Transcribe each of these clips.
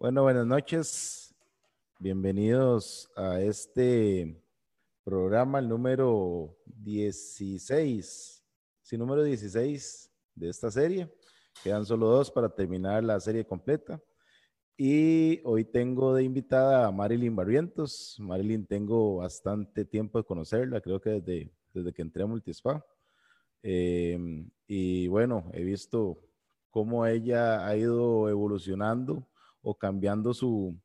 Bueno, buenas noches. Bienvenidos a este programa, el número 16. Sí, número 16 de esta serie. Quedan solo dos para terminar la serie completa. Y hoy tengo de invitada a Marilyn Barrientos. Marilyn, tengo bastante tiempo de conocerla, creo que desde que entré a Multispa. Y bueno, he visto cómo ella ha ido evolucionando o cambiando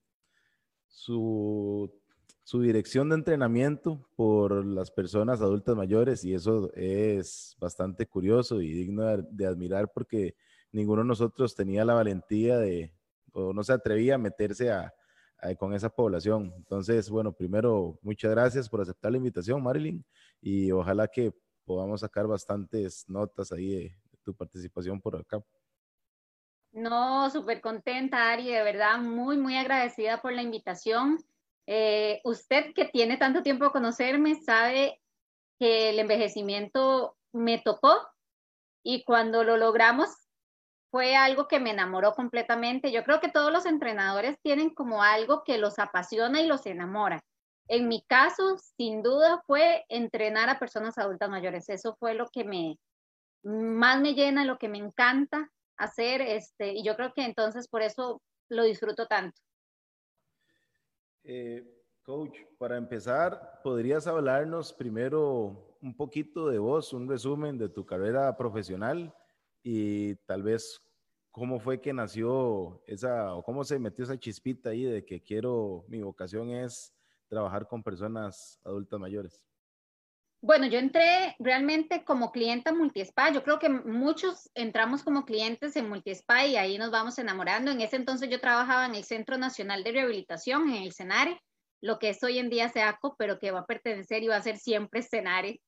su, su dirección de entrenamiento por las personas adultas mayores, y eso es bastante curioso y digno de admirar, porque ninguno de nosotros tenía la valentía o no se atrevía a meterse con esa población. Entonces, bueno, primero, muchas gracias por aceptar la invitación, Marilyn, y ojalá que podamos sacar bastantes notas ahí de tu participación por acá. No, súper contenta, Ari, de verdad, muy, muy agradecida por la invitación. Usted que tiene tanto tiempo de conocerme sabe que el envejecimiento me tocó y cuando lo logramos fue algo que me enamoró completamente. Yo creo que todos los entrenadores tienen como algo que los apasiona y los enamora. En mi caso, sin duda, fue entrenar a personas adultas mayores. Eso fue lo que más me llena, lo que me encanta hacer, y yo creo que entonces por eso lo disfruto tanto. Eh, Coach, para empezar, ¿podrías hablarnos primero un poquito de vos, un resumen de tu carrera profesional y tal vez cómo fue que nació esa, o cómo se metió esa chispita ahí de que mi vocación es trabajar con personas adultas mayores? Bueno, yo entré realmente como clienta Multispa. Yo creo que muchos entramos como clientes en Multispa y ahí nos vamos enamorando. En ese entonces yo trabajaba en el Centro Nacional de Rehabilitación, en el CENARE, lo que es hoy en día SEACO, pero que va a pertenecer y va a ser siempre CENARE.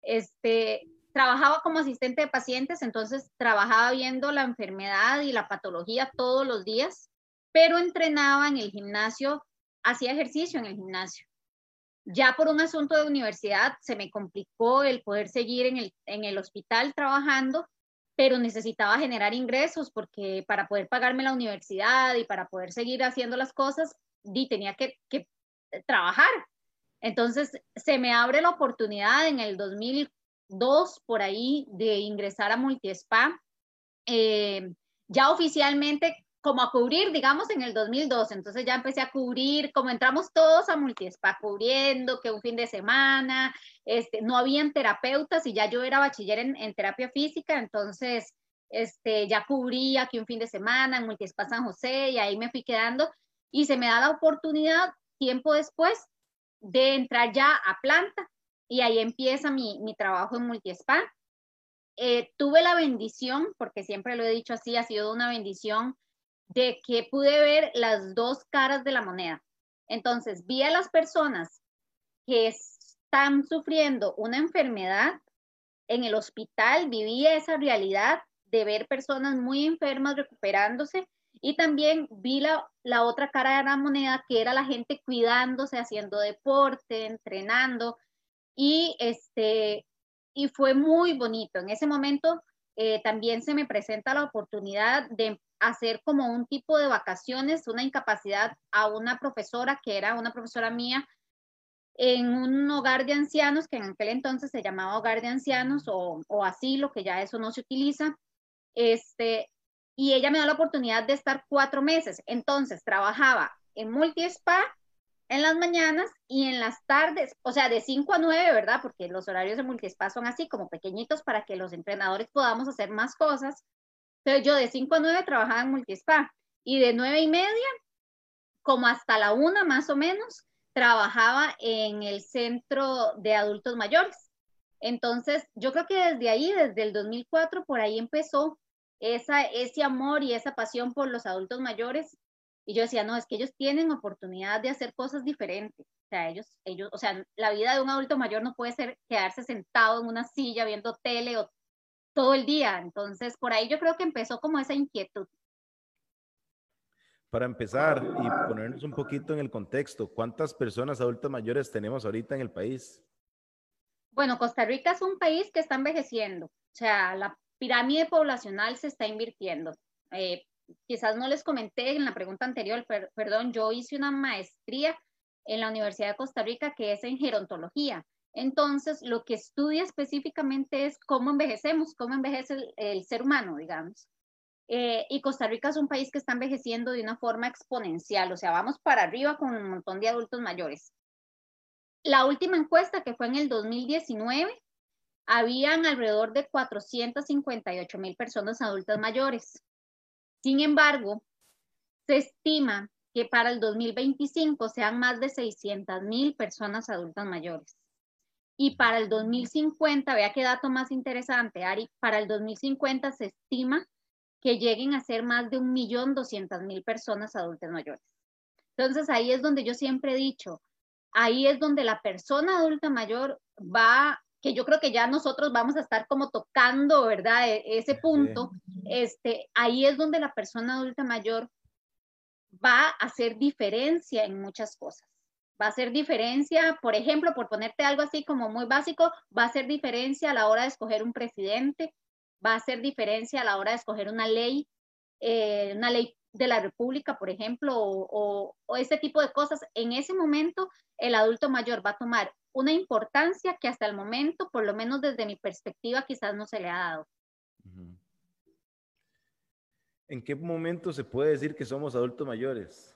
Trabajaba como asistente de pacientes, entonces trabajaba viendo la enfermedad y la patología todos los días, pero entrenaba en el gimnasio, hacía ejercicio en el gimnasio. Ya por un asunto de universidad se me complicó el poder seguir en el hospital trabajando, pero necesitaba generar ingresos porque para poder pagarme la universidad y para poder seguir haciendo las cosas, tenía que trabajar. Entonces se me abre la oportunidad en el 2002 por ahí de ingresar a Multispa, eh, ya oficialmente como a cubrir, digamos, en el 2002. Entonces ya empecé a cubrir, como entramos todos a Multispa, cubriendo que un fin de semana, no habían terapeutas y ya yo era bachiller en terapia física, entonces ya cubría que un fin de semana en Multispa San José y ahí me fui quedando y se me da la oportunidad tiempo después de entrar ya a planta y ahí empieza mi trabajo en Multispa. Tuve la bendición, porque siempre lo he dicho así, ha sido una bendición de que pude ver las dos caras de la moneda. Entonces, vi a las personas que están sufriendo una enfermedad en el hospital, viví esa realidad de ver personas muy enfermas recuperándose y también vi la otra cara de la moneda, que era la gente cuidándose, haciendo deporte, entrenando y y fue muy bonito. En ese momento también se me presenta la oportunidad de hacer como un tipo de vacaciones, una incapacidad a una profesora que era una profesora mía en un hogar de ancianos, que en aquel entonces se llamaba hogar de ancianos o asilo, que ya eso no se utiliza. Este, y ella me da la oportunidad de estar 4 meses. Entonces trabajaba en Multi Spa en las mañanas y en las tardes, o sea, de 5 a 9, ¿verdad? Porque los horarios de Multispa son así, como pequeñitos para que los entrenadores podamos hacer más cosas. Entonces yo de 5 a 9 trabajaba en Multispa y de 9:30, como hasta la 1 más o menos, trabajaba en el centro de adultos mayores. Entonces, yo creo que desde ahí, desde el 2004, por ahí empezó ese amor y esa pasión por los adultos mayores. Y yo decía, no, es que ellos tienen oportunidad de hacer cosas diferentes. O sea, o sea, la vida de un adulto mayor no puede ser quedarse sentado en una silla viendo tele o todo el día. Entonces, por ahí yo creo que empezó como esa inquietud. Para empezar y ponernos un poquito en el contexto, ¿cuántas personas adultas mayores tenemos ahorita en el país? Bueno, Costa Rica es un país que está envejeciendo, o sea, la pirámide poblacional se está invirtiendo. quizás no les comenté en la pregunta anterior, perdón, yo hice una maestría en la Universidad de Costa Rica que es en gerontología. Entonces, lo que estudia específicamente es cómo envejecemos, cómo envejece el ser humano, digamos. Y Costa Rica es un país que está envejeciendo de una forma exponencial, o sea, vamos para arriba con un montón de adultos mayores. La última encuesta, que fue en el 2019, habían alrededor de 458,000 personas adultas mayores. Sin embargo, se estima que para el 2025 sean más de 600,000 personas adultas mayores. Y para el 2050, vea qué dato más interesante, Ari, para el 2050 se estima que lleguen a ser más de 1.200.000 personas adultas mayores. Entonces ahí es donde yo siempre he dicho, ahí es donde la persona adulta mayor va, que yo creo que ya nosotros vamos a estar como tocando, ¿verdad? Ese punto, ahí es donde la persona adulta mayor va a hacer diferencia en muchas cosas. Va a hacer diferencia, por ejemplo, por ponerte algo así como muy básico, va a hacer diferencia a la hora de escoger un presidente, va a hacer diferencia a la hora de escoger una ley de la República, por ejemplo, o este tipo de cosas. En ese momento, el adulto mayor va a tomar una importancia que hasta el momento, por lo menos desde mi perspectiva, quizás no se le ha dado. ¿En qué momento se puede decir que somos adultos mayores?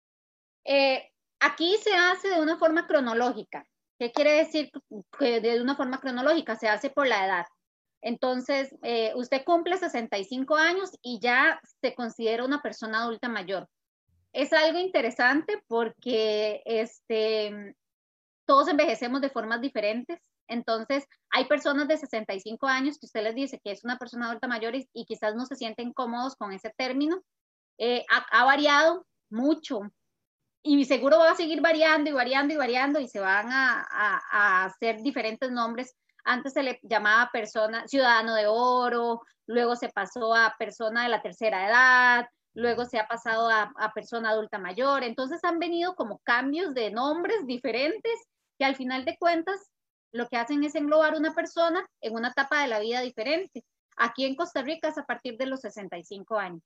Aquí se hace de una forma cronológica. ¿Qué quiere decir que de una forma cronológica? Se hace por la edad. Entonces, usted cumple 65 años y ya se considera una persona adulta mayor. Es algo interesante porque todos envejecemos de formas diferentes. Entonces, hay personas de 65 años que usted les dice que es una persona adulta mayor y quizás no se sienten cómodos con ese término. Ha variado mucho y seguro va a seguir variando y variando y variando y se van a hacer diferentes nombres. Antes se le llamaba persona, ciudadano de oro, luego se pasó a persona de la tercera edad, luego se ha pasado a persona adulta mayor. Entonces han venido como cambios de nombres diferentes que al final de cuentas lo que hacen es englobar una persona en una etapa de la vida diferente. Aquí en Costa Rica es a partir de los 65 años.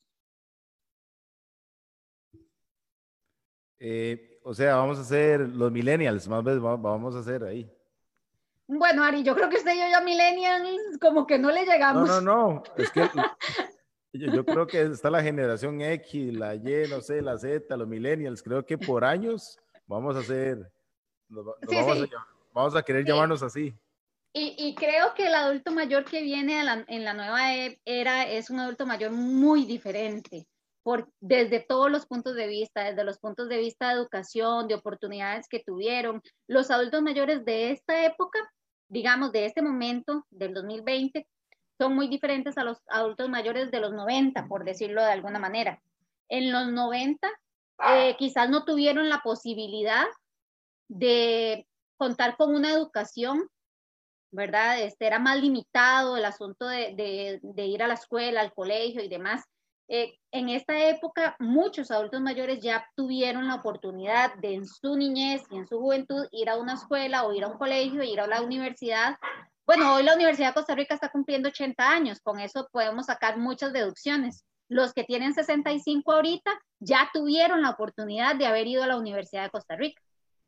O sea, vamos a hacer los millennials, más veces vamos a hacer ahí. Bueno, Ari, yo creo que usted y yo ya millennials como que no le llegamos. No, es que yo creo que está la generación X, la Y, no sé, la Z, los millennials. Creo que por años vamos a hacer, vamos a querer llamarnos así. Y creo que el adulto mayor que viene en la nueva era es un adulto mayor muy diferente, desde todos los puntos de vista, desde los puntos de vista de educación, de oportunidades que tuvieron. Los adultos mayores de esta época, digamos, de este momento, del 2020, son muy diferentes a los adultos mayores de los 90, por decirlo de alguna manera. En los 90, quizás no tuvieron la posibilidad de contar con una educación, ¿verdad? Era más limitado el asunto de ir a la escuela, al colegio y demás. En esta época, muchos adultos mayores ya tuvieron la oportunidad de en su niñez y en su juventud ir a una escuela o ir a un colegio, ir a la universidad. Bueno, hoy la Universidad de Costa Rica está cumpliendo 80 años, con eso podemos sacar muchas deducciones. Los que tienen 65 ahorita ya tuvieron la oportunidad de haber ido a la Universidad de Costa Rica.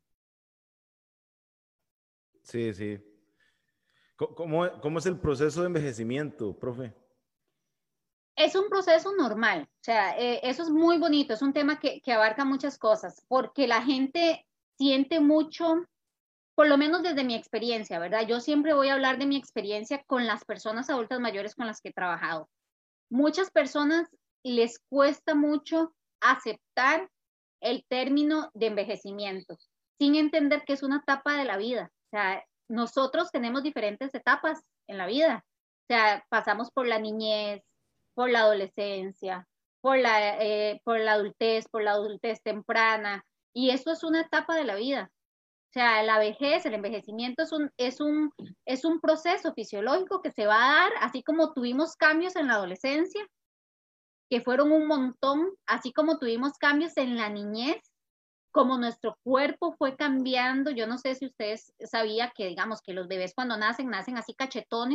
Sí, sí. ¿Cómo es el proceso de envejecimiento, profe? Es un proceso normal, o sea, eso es muy bonito, es un tema que abarca muchas cosas, porque la gente siente mucho, por lo menos desde mi experiencia, ¿verdad? Yo siempre voy a hablar de mi experiencia con las personas adultas mayores con las que he trabajado. Muchas personas les cuesta mucho aceptar el término de envejecimiento, sin entender que es una etapa de la vida. O sea, nosotros tenemos diferentes etapas en la vida. O sea, pasamos por la niñez, por la adolescencia, por la adultez temprana, y eso es una etapa de la vida. O sea, la vejez, el envejecimiento es un proceso fisiológico que se va a dar, así como tuvimos cambios en la adolescencia, que fueron un montón, así como tuvimos cambios en la niñez, como nuestro cuerpo fue cambiando. Yo no sé si ustedes sabían que, digamos, que los bebés cuando nacen así cachetones,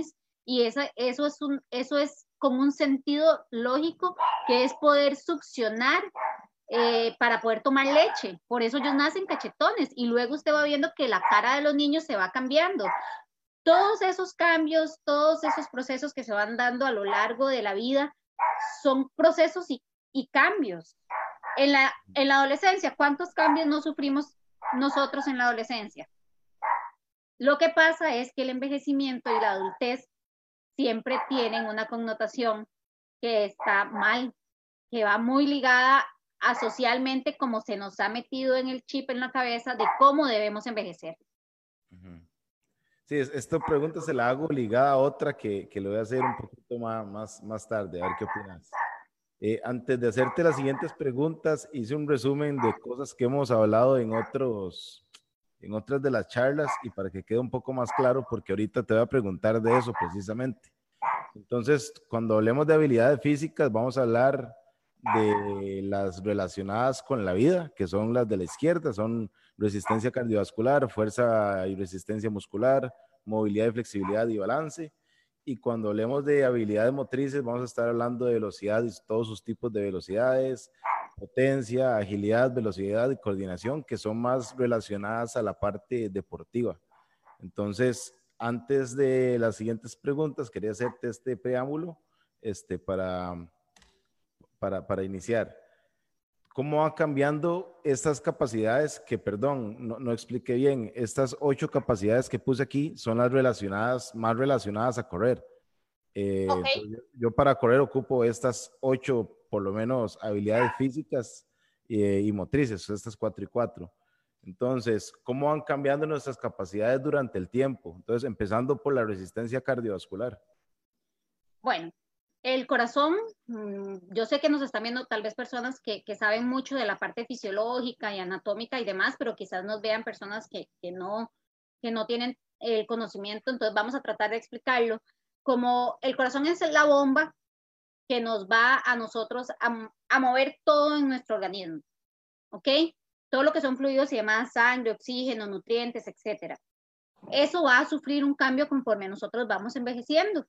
y eso es como un sentido lógico, que es poder succionar para poder tomar leche. Por eso ellos nacen cachetones y luego usted va viendo que la cara de los niños se va cambiando. Todos esos cambios, todos esos procesos que se van dando a lo largo de la vida son procesos y cambios. En la adolescencia, ¿cuántos cambios no sufrimos nosotros en la adolescencia? Lo que pasa es que el envejecimiento y la adultez siempre tienen una connotación que está mal, que va muy ligada a socialmente como se nos ha metido en el chip en la cabeza de cómo debemos envejecer. Sí, esta pregunta se la hago ligada a otra que lo voy a hacer un poquito más tarde, a ver qué opinas. Antes de hacerte las siguientes preguntas, hice un resumen de cosas que hemos hablado en otras de las charlas y para que quede un poco más claro, porque ahorita te voy a preguntar de eso precisamente. Entonces, cuando hablemos de habilidades físicas, vamos a hablar de las relacionadas con la vida, que son las de la izquierda, son resistencia cardiovascular, fuerza y resistencia muscular, movilidad y flexibilidad y balance. Y cuando hablemos de habilidades motrices, vamos a estar hablando de velocidad y todos sus tipos de velocidades, potencia, agilidad, velocidad y coordinación, que son más relacionadas a la parte deportiva. Entonces, antes de las siguientes preguntas, quería hacerte este preámbulo para iniciar. ¿Cómo van cambiando estas capacidades que, perdón, no expliqué bien? Estas 8 capacidades que puse aquí son las más relacionadas a correr. Okay. Yo para correr ocupo estas 8, por lo menos, habilidades físicas y motrices, estas 4 y 4. Entonces, ¿cómo van cambiando nuestras capacidades durante el tiempo? Entonces, empezando por la resistencia cardiovascular. Bueno, el corazón, yo sé que nos están viendo tal vez personas que saben mucho de la parte fisiológica y anatómica y demás, pero quizás nos vean personas que no tienen el conocimiento, entonces vamos a tratar de explicarlo. Como el corazón es la bomba que nos va a nosotros a mover todo en nuestro organismo, ¿ok? Todo lo que son fluidos y demás, sangre, oxígeno, nutrientes, etcétera. Eso va a sufrir un cambio conforme nosotros vamos envejeciendo.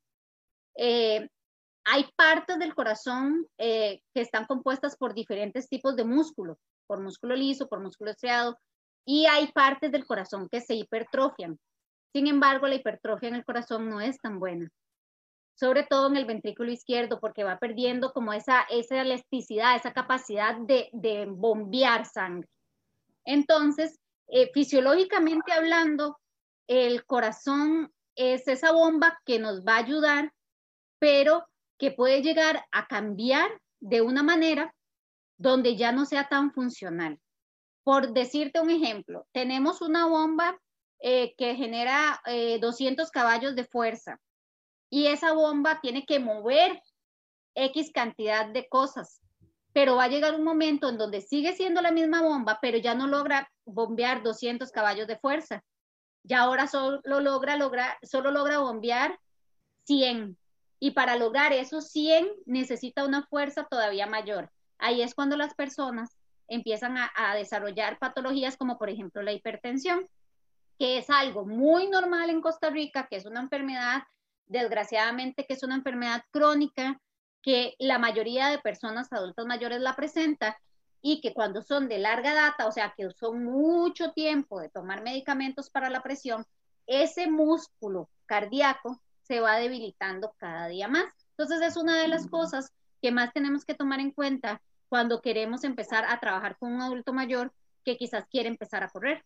Hay partes del corazón que están compuestas por diferentes tipos de músculo, por músculo liso, por músculo estriado, y hay partes del corazón que se hipertrofian. Sin embargo, la hipertrofia en el corazón no es tan buena, sobre todo en el ventrículo izquierdo, porque va perdiendo como esa elasticidad, esa capacidad de bombear sangre. Entonces, fisiológicamente hablando, el corazón es esa bomba que nos va a ayudar, pero que puede llegar a cambiar de una manera donde ya no sea tan funcional. Por decirte un ejemplo, tenemos una bomba que genera 200 caballos de fuerza y esa bomba tiene que mover X cantidad de cosas, pero va a llegar un momento en donde sigue siendo la misma bomba, pero ya no logra bombear 200 caballos de fuerza. Ya ahora solo logra bombear 100. Y para lograr esos 100 necesita una fuerza todavía mayor. Ahí es cuando las personas empiezan a desarrollar patologías como por ejemplo la hipertensión, que es algo muy normal en Costa Rica, que es una enfermedad, desgraciadamente, que es una enfermedad crónica, que la mayoría de personas adultas mayores la presenta y que cuando son de larga data, o sea, que son mucho tiempo de tomar medicamentos para la presión, ese músculo cardíaco se va debilitando cada día más. Entonces es una de las cosas que más tenemos que tomar en cuenta cuando queremos empezar a trabajar con un adulto mayor que quizás quiere empezar a correr.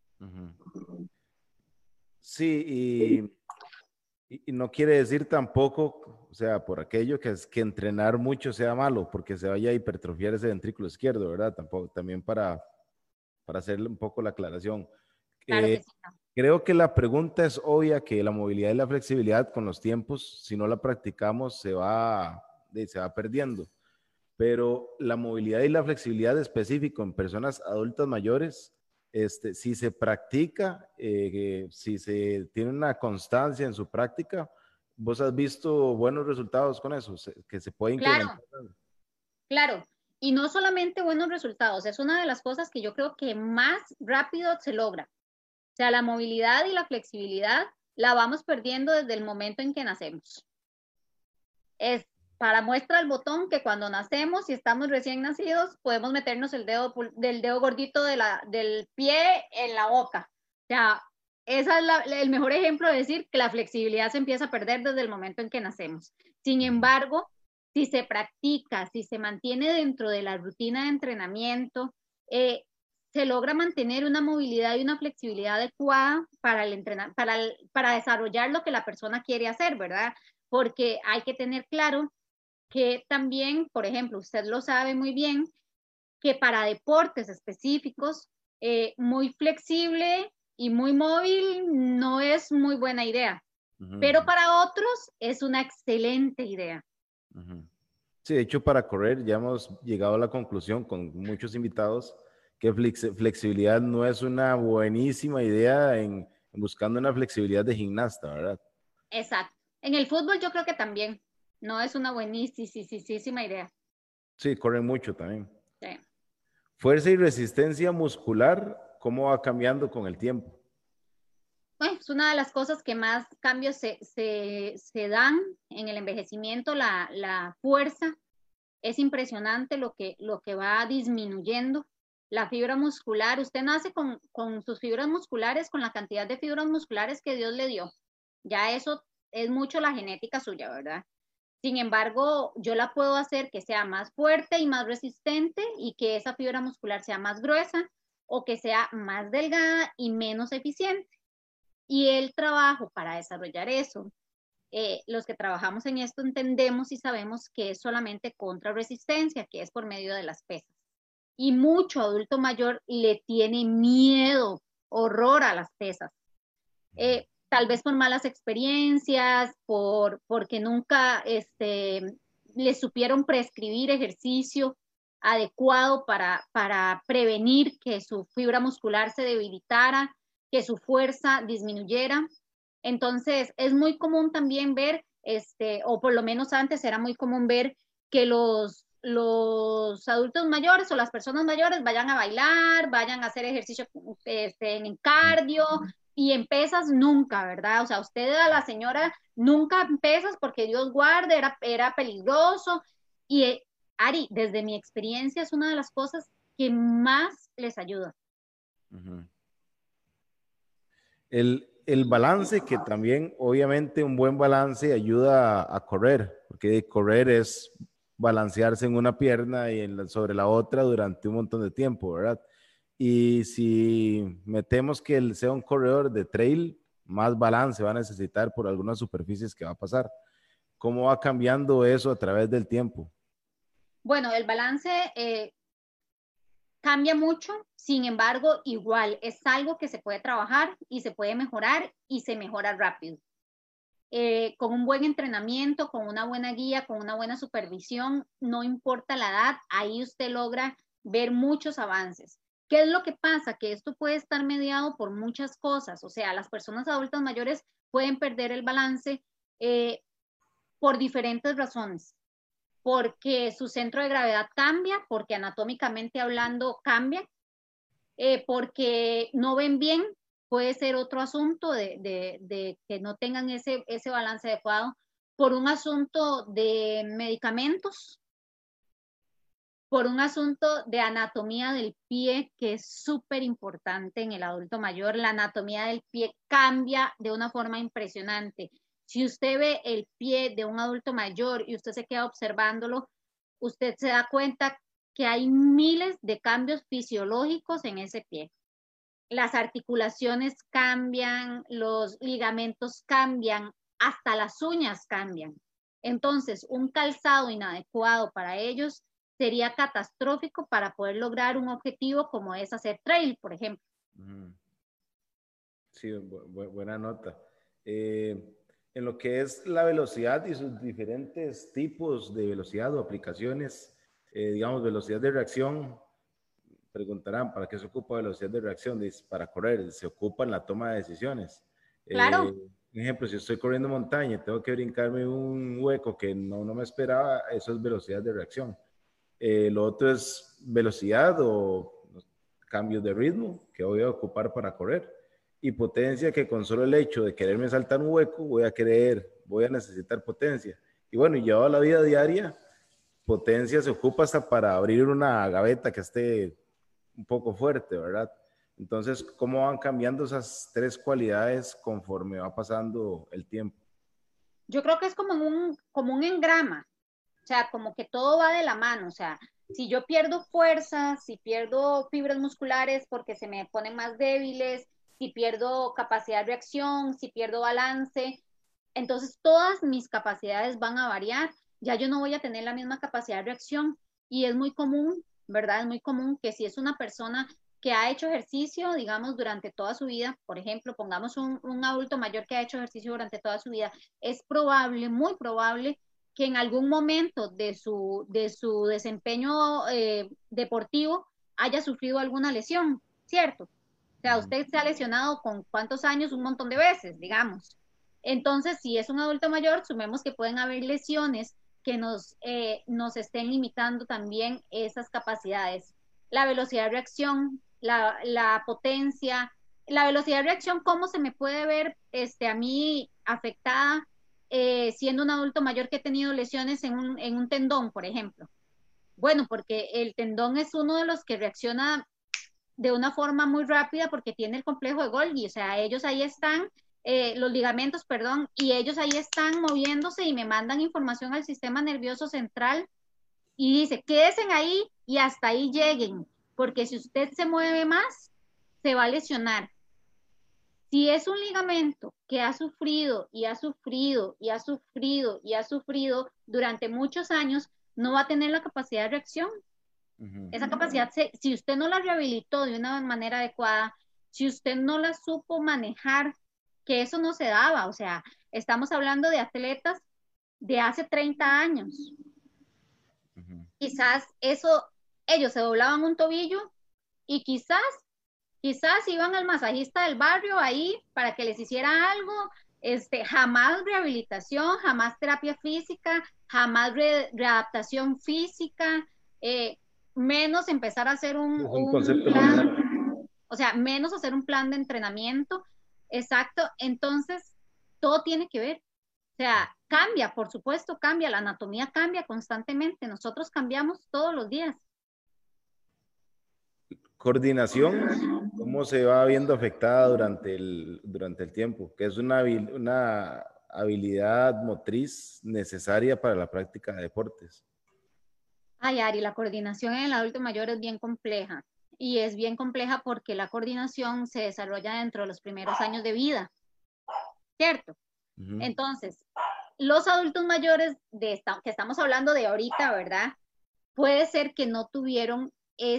Sí, y no quiere decir tampoco, o sea, por aquello que es que entrenar mucho sea malo, porque se vaya a hipertrofiar ese ventrículo izquierdo, ¿verdad? Tampoco, también para hacerle un poco la aclaración. Claro que sí. Creo que la pregunta es obvia, que la movilidad y la flexibilidad con los tiempos, si no la practicamos, se va perdiendo. Pero la movilidad y la flexibilidad específico en personas adultas mayores, si se practica, si se tiene una constancia en su práctica, ¿vos has visto buenos resultados con eso? Que se puede incrementar. Claro, claro. Y no solamente buenos resultados, es una de las cosas que yo creo que más rápido se logra. O sea, la movilidad y la flexibilidad la vamos perdiendo desde el momento en que nacemos. Es para muestra el botón que cuando nacemos, si estamos recién nacidos, podemos meternos el dedo gordito del pie en la boca. O sea, ese es el mejor ejemplo de decir que la flexibilidad se empieza a perder desde el momento en que nacemos. Sin embargo, si se practica, si se mantiene dentro de la rutina de entrenamiento, se logra mantener una movilidad y una flexibilidad adecuada para desarrollar lo que la persona quiere hacer, ¿verdad? Porque hay que tener claro que también, por ejemplo, usted lo sabe muy bien, que para deportes específicos, muy flexible y muy móvil no es muy buena idea, pero para otros es una excelente idea. Sí, de hecho, para correr ya hemos llegado a la conclusión con muchos invitados que flexibilidad no es una buenísima idea en buscando una flexibilidad de gimnasta, ¿verdad? Exacto. En el fútbol yo creo que también no es una buenísima idea. Sí, corren mucho también. Sí. Fuerza y resistencia muscular, ¿cómo va cambiando con el tiempo? Bueno, es una de las cosas que más cambios se dan en el envejecimiento, la fuerza. Es impresionante lo que va disminuyendo. La fibra muscular, usted nace con sus fibras musculares, con la cantidad de fibras musculares que Dios le dio. Ya eso es mucho la genética suya, ¿verdad? Sin embargo, yo la puedo hacer que sea más fuerte y más resistente y que esa fibra muscular sea más gruesa o que sea más delgada y menos eficiente. Y el trabajo para desarrollar eso, los que trabajamos en esto entendemos y sabemos que es solamente contra resistencia, que es por medio de las pesas. Y mucho adulto mayor le tiene miedo, horror a las pesas. Tal vez por malas experiencias, porque nunca le supieron prescribir ejercicio adecuado para prevenir que su fibra muscular se debilitara, que su fuerza disminuyera. Entonces, es muy común también ver, o por lo menos antes era muy común ver que los adultos mayores o las personas mayores vayan a bailar, vayan a hacer ejercicio en cardio, y en pesas nunca, ¿verdad? O sea, usted a la señora nunca en pesas porque Dios guarde, era peligroso. Y Ari, desde mi experiencia es una de las cosas que más les ayuda. El balance, que también obviamente un buen balance ayuda a correr, porque correr es balancearse en una pierna y sobre la otra durante un montón de tiempo, ¿verdad? Y si metemos que él sea un corredor de trail, más balance va a necesitar por algunas superficies que va a pasar. ¿Cómo va cambiando eso a través del tiempo? Bueno, el balance cambia mucho, sin embargo, igual es algo que se puede trabajar y se puede mejorar y se mejora rápido. Con un buen entrenamiento, con una buena guía, con una buena supervisión, no importa la edad, ahí usted logra ver muchos avances. ¿Qué es lo que pasa? Que esto puede estar mediado por muchas cosas, o sea, las personas adultas mayores pueden perder el balance por diferentes razones, porque su centro de gravedad cambia, porque anatómicamente hablando cambia, porque no ven bien, puede ser otro asunto de que no tengan ese balance adecuado, por un asunto de medicamentos, por un asunto de anatomía del pie, que es súper importante en el adulto mayor. La anatomía del pie cambia de una forma impresionante. Si usted ve el pie de un adulto mayor y usted se queda observándolo, usted se da cuenta que hay miles de cambios fisiológicos en ese pie. Las articulaciones cambian, los ligamentos cambian, hasta las uñas cambian. Entonces, un calzado inadecuado para ellos sería catastrófico para poder lograr un objetivo como es hacer trail, por ejemplo. Sí, buena nota. En lo que es la velocidad y sus diferentes tipos de velocidad o aplicaciones, digamos, velocidad de reacción, preguntarán, ¿para qué se ocupa velocidad de reacción? Dice, para correr, se ocupa en la toma de decisiones. Claro. Por ejemplo, si estoy corriendo montaña y tengo que brincarme un hueco que no me esperaba, eso es velocidad de reacción. Lo otro es velocidad o cambios de ritmo que voy a ocupar para correr. y potencia que con solo el hecho de quererme saltar un hueco voy a necesitar potencia. Y bueno, y llevado a la vida diaria, potencia se ocupa hasta para abrir una gaveta que esté un poco fuerte, ¿verdad? Entonces, ¿cómo van cambiando esas tres cualidades conforme va pasando el tiempo? Yo creo que es como un engrama, o sea, como que todo va de la mano, o sea, si yo pierdo fuerza, si pierdo fibras musculares porque se me ponen más débiles, si pierdo capacidad de reacción, si pierdo balance, entonces todas mis capacidades van a variar. Ya yo no voy a tener la misma capacidad de reacción y es muy común, ¿verdad? Es muy común que si es una persona que ha hecho ejercicio, digamos, durante toda su vida, por ejemplo, pongamos un adulto mayor que ha hecho ejercicio durante toda su vida, es probable, muy probable, que en algún momento de su desempeño deportivo haya sufrido alguna lesión, ¿cierto? O sea, usted se ha lesionado con cuántos años, un montón de veces, digamos. Entonces, si es un adulto mayor, sumemos que pueden haber lesiones que nos estén limitando también esas capacidades. La velocidad de reacción, la potencia, la velocidad de reacción, ¿cómo se me puede ver a mí afectada siendo un adulto mayor que he tenido lesiones en un tendón, por ejemplo? Bueno, porque el tendón es uno de los que reacciona de una forma muy rápida porque tiene el complejo de Golgi, o sea, ellos ahí están, los ligamentos, perdón, y ellos ahí están moviéndose y me mandan información al sistema nervioso central y dice, quédense ahí y hasta ahí lleguen, porque si usted se mueve más, se va a lesionar. Si es un ligamento que ha sufrido y ha sufrido y ha sufrido y ha sufrido durante muchos años, no va a tener la capacidad de reacción. Esa capacidad, si usted no la rehabilitó de una manera adecuada, si usted no la supo manejar, que eso no se daba, o sea, estamos hablando de atletas de hace 30 años. Quizás eso, ellos se doblaban un tobillo y quizás iban al masajista del barrio ahí para que les hiciera algo, jamás rehabilitación, jamás terapia física, jamás readaptación física, eh, menos empezar a hacer Es un concepto muy plan, nuevo. o sea, menos hacer un plan de entrenamiento. Exacto, entonces todo tiene que ver. O sea, cambia, por supuesto, cambia, la anatomía cambia constantemente, nosotros cambiamos todos los días. Coordinación, ¿cómo se va viendo afectada durante el tiempo? Que es una habilidad motriz necesaria para la práctica de deportes. Ay, Ari, la coordinación en el adulto mayor es bien compleja y es bien compleja porque la coordinación se desarrolla dentro de los primeros años de vida, ¿cierto? Entonces, los adultos mayores que estamos hablando de ahorita, ¿verdad? Puede ser que no tuvieron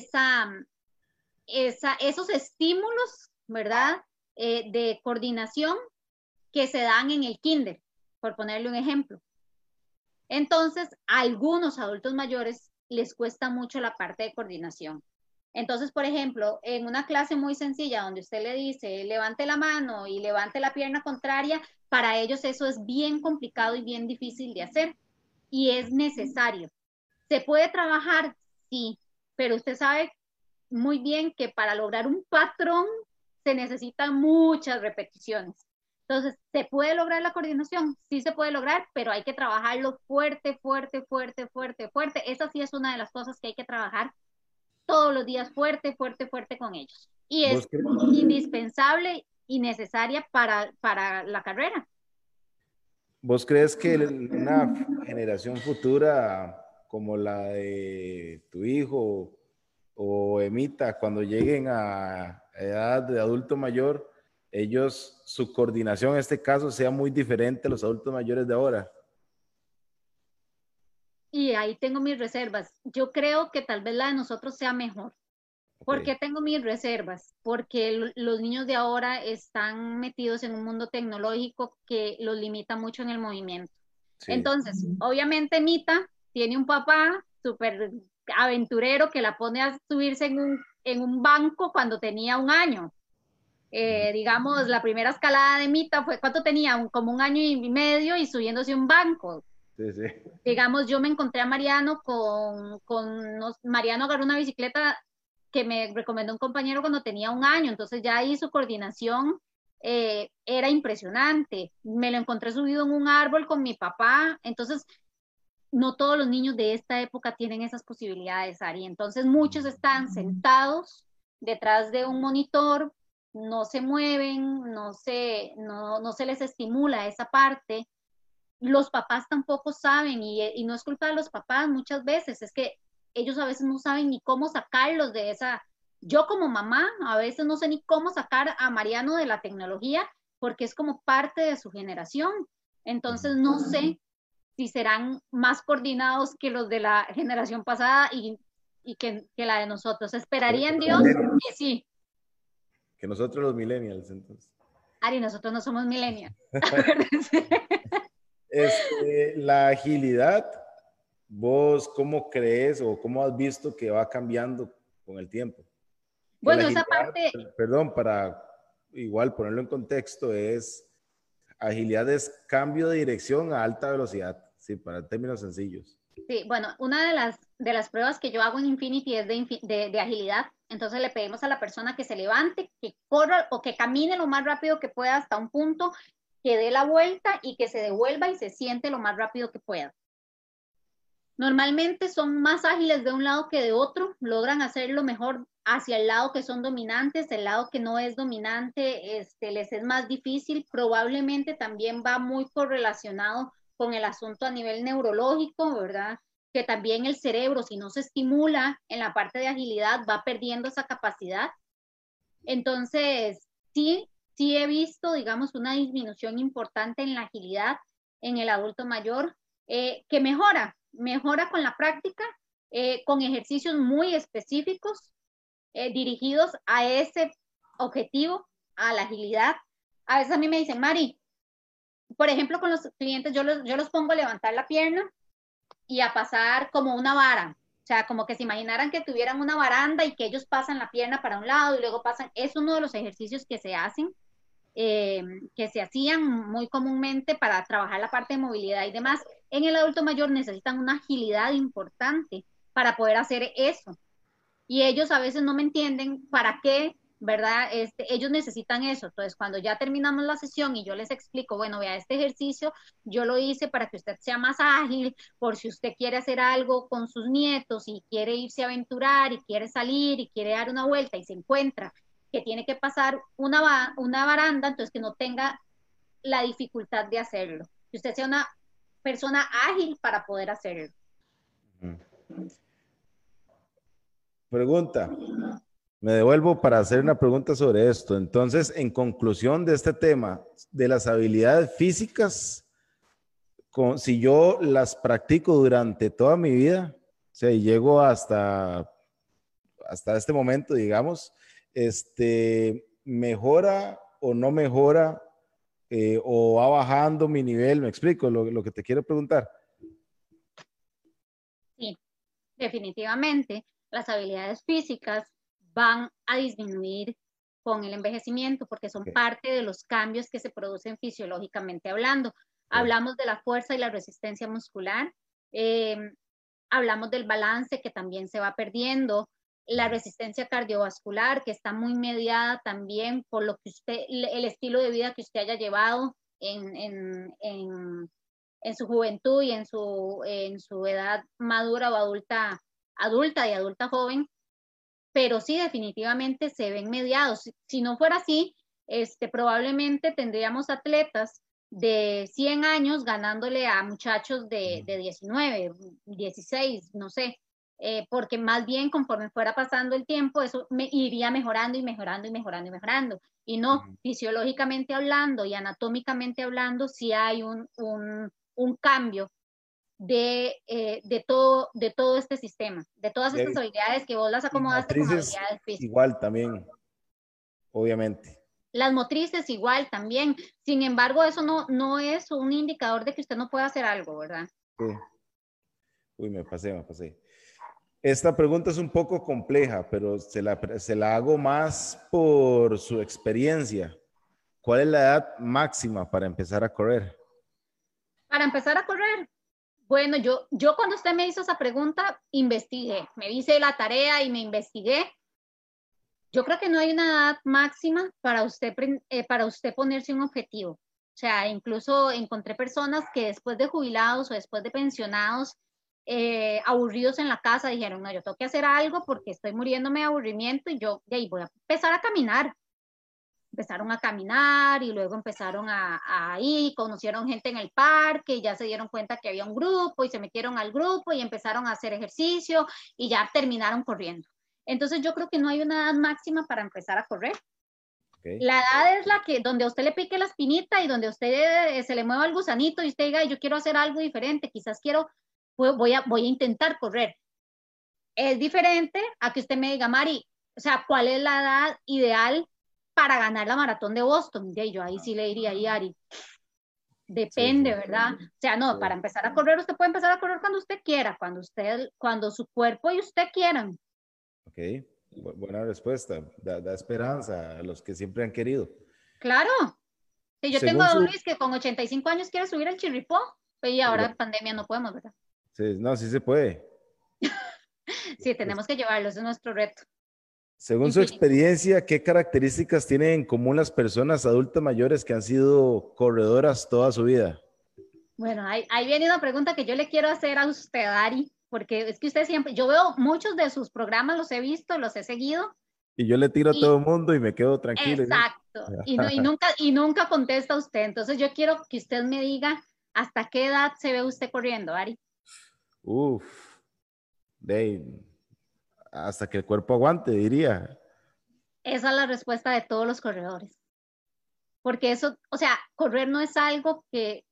esos estímulos, ¿verdad? De coordinación que se dan en el kinder, por ponerle un ejemplo. Entonces, a algunos adultos mayores les cuesta mucho la parte de coordinación. Entonces, por ejemplo, en una clase muy sencilla donde usted le dice levante la mano y levante la pierna contraria, para ellos eso es bien complicado y bien difícil de hacer y es necesario. ¿Se puede trabajar? Sí, pero usted sabe muy bien que para lograr un patrón se necesitan muchas repeticiones. Entonces, ¿se puede lograr la coordinación? Sí se puede lograr, pero hay que trabajarlo fuerte, fuerte, fuerte, fuerte, fuerte. Esa sí es una de las cosas que hay que trabajar todos los días fuerte, fuerte, fuerte con ellos. Y es indispensable y necesaria para la carrera. ¿Vos crees que una generación futura como la de tu hijo o Emita, cuando lleguen a edad de adulto mayor, su coordinación en este caso sea muy diferente a los adultos mayores de ahora? Y ahí tengo mis reservas. Yo creo que tal vez la de nosotros sea mejor. ¿Por Okay. qué tengo mis reservas? Porque los niños de ahora están metidos en un mundo tecnológico que los limita mucho en el movimiento. Sí. Entonces, obviamente Mita tiene un papá súper aventurero que la pone a subirse en un banco cuando tenía 1 año. Digamos, la primera escalada de Mita fue, ¿cuánto tenía? Como 1 año y medio y subiéndose un banco. Sí, sí. Digamos, yo me encontré a Mariano Mariano agarró una bicicleta que me recomendó un compañero cuando tenía 1 año, entonces ya ahí su coordinación era impresionante. Me lo encontré subido en un árbol con mi papá. Entonces, no todos los niños de esta época tienen esas posibilidades, Ari. Entonces, muchos están sentados detrás de un monitor, no se mueven, no se les estimula esa parte. Los papás tampoco saben, y no es culpa de los papás muchas veces, es que ellos a veces no saben ni cómo sacarlos de esa. Yo como mamá a veces no sé ni cómo sacar a Mariano de la tecnología porque es como parte de su generación. Entonces no sé si serán más coordinados que los de la generación pasada y que la de nosotros. Esperaría en Dios que sí. Que nosotros los millennials, entonces. Ari, nosotros no somos millennials. La agilidad, ¿vos cómo crees o cómo has visto que va cambiando con el tiempo? Que la Bueno, esa agilidad, parte, perdón, para igual ponerlo en contexto, agilidad es cambio de dirección a alta velocidad, sí, para términos sencillos. sí, bueno, una de las pruebas que yo hago en Infinity es de agilidad. Entonces le pedimos a la persona que se levante, que corra o que camine lo más rápido que pueda hasta un punto, que dé la vuelta y que se devuelva y se siente lo más rápido que pueda. Normalmente son más ágiles de un lado que de otro, logran hacerlo mejor hacia el lado que son dominantes, el lado que no es dominante, les es más difícil, probablemente también va muy correlacionado con el asunto a nivel neurológico, ¿verdad? Que también el cerebro, si no se estimula en la parte de agilidad, va perdiendo esa capacidad. Entonces, sí he visto, digamos, una disminución importante en la agilidad en el adulto mayor, que mejora con la práctica, con ejercicios muy específicos dirigidos a ese objetivo, a la agilidad. A veces a mí me dicen, Mari, por ejemplo, con los clientes yo los pongo a levantar la pierna y a pasar como una vara. O sea, como que se imaginaran que tuvieran una baranda y que ellos pasan la pierna para un lado y luego pasan. Es uno de los ejercicios que se hacen, que se hacían muy comúnmente para trabajar la parte de movilidad y demás. En el adulto mayor necesitan una agilidad importante para poder hacer eso. Y ellos a veces no me entienden para qué, ¿verdad? Ellos necesitan eso. Entonces, cuando ya terminamos la sesión y yo les explico, bueno, vea, este ejercicio yo lo hice para que usted sea más ágil, por si usted quiere hacer algo con sus nietos y quiere irse a aventurar y quiere salir y quiere dar una vuelta y se encuentra que tiene que pasar una baranda, entonces que no tenga la dificultad de hacerlo. Que usted sea una persona ágil para poder hacerlo. Pregunta. Me devuelvo para hacer una pregunta sobre esto. Entonces, en conclusión de este tema, de las habilidades físicas, si yo las practico durante toda mi vida, o sea, y llego hasta este momento, digamos, mejora o no mejora, o va bajando mi nivel, me explico lo que te quiero preguntar. Sí, definitivamente las habilidades físicas van a disminuir con el envejecimiento porque son parte de los cambios que se producen fisiológicamente hablando. Hablamos de la fuerza y la resistencia muscular, hablamos del balance que también se va perdiendo, la resistencia cardiovascular que está muy mediada también por lo que el estilo de vida que usted haya llevado en su juventud y en su edad madura o adulta y adulta joven, pero sí definitivamente se ven mediados. Si no fuera así, probablemente tendríamos atletas de 100 años ganándole a muchachos de 19, 16, no sé, porque más bien conforme fuera pasando el tiempo, eso iría mejorando y mejorando y mejorando y mejorando. Y no, fisiológicamente hablando y anatómicamente hablando, sí hay un cambio de todo este sistema, de todas estas habilidades que vos las acomodaste como habilidades físicas. Igual también, obviamente. Las motrices igual también. Sin embargo, eso no es un indicador de que usted no pueda hacer algo, ¿verdad? Sí. Uy, me pasé. Esta pregunta es un poco compleja, pero se la hago más por su experiencia. ¿Cuál es la edad máxima para empezar a correr? Para empezar a correr, bueno, yo cuando usted me hizo esa pregunta, investigué, me hice la tarea y me investigué. Yo creo que no hay una edad máxima para usted ponerse un objetivo. O sea, incluso encontré personas que después de jubilados o después de pensionados, aburridos en la casa, dijeron, no, yo tengo que hacer algo porque estoy muriéndome de aburrimiento y yo de ahí voy a empezar a caminar. Empezaron a caminar y luego empezaron a ir, conocieron gente en el parque y ya se dieron cuenta que había un grupo y se metieron al grupo y empezaron a hacer ejercicio y ya terminaron corriendo. Entonces yo creo que no hay una edad máxima para empezar a correr. Okay. La edad es la que, donde a usted le pique la espinita y donde a usted se le mueva el gusanito y usted diga, yo quiero hacer algo diferente, quizás voy a intentar correr. Es diferente a que usted me diga, Mari, o sea, ¿cuál es la edad ideal para ganar la maratón de Boston? Y yo ahí sí le diría, Ari, Sí, depende, sí, ¿verdad? O sea, no, para sí. empezar a correr, usted puede empezar a correr cuando usted quiera, cuando su cuerpo y usted quieran. Ok, buena respuesta. Da esperanza a los que siempre han querido. Claro. Si yo tengo Según a Don su... Luis que con 85 años quiere subir el Chirripó, pues, y ahora en pandemia no podemos, ¿verdad? Sí, no, sí se puede. Sí, tenemos que llevarlo, ese es nuestro reto. Según su Infinito. experiencia, ¿qué características tienen en común las personas adultas mayores que han sido corredoras toda su vida? Bueno, ahí viene una pregunta que yo le quiero hacer a usted, Ari, porque es que usted siempre, yo veo muchos de sus programas, los he visto, los he seguido, Y yo le tiro a y todo el mundo y me quedo tranquilo. exacto, y nunca contesta usted. Entonces yo quiero que usted me diga hasta qué edad se ve usted corriendo, Ari. Uf, de, hasta que el cuerpo aguante, diría. Esa es la respuesta de todos los corredores. Porque eso, o sea, correr no es algo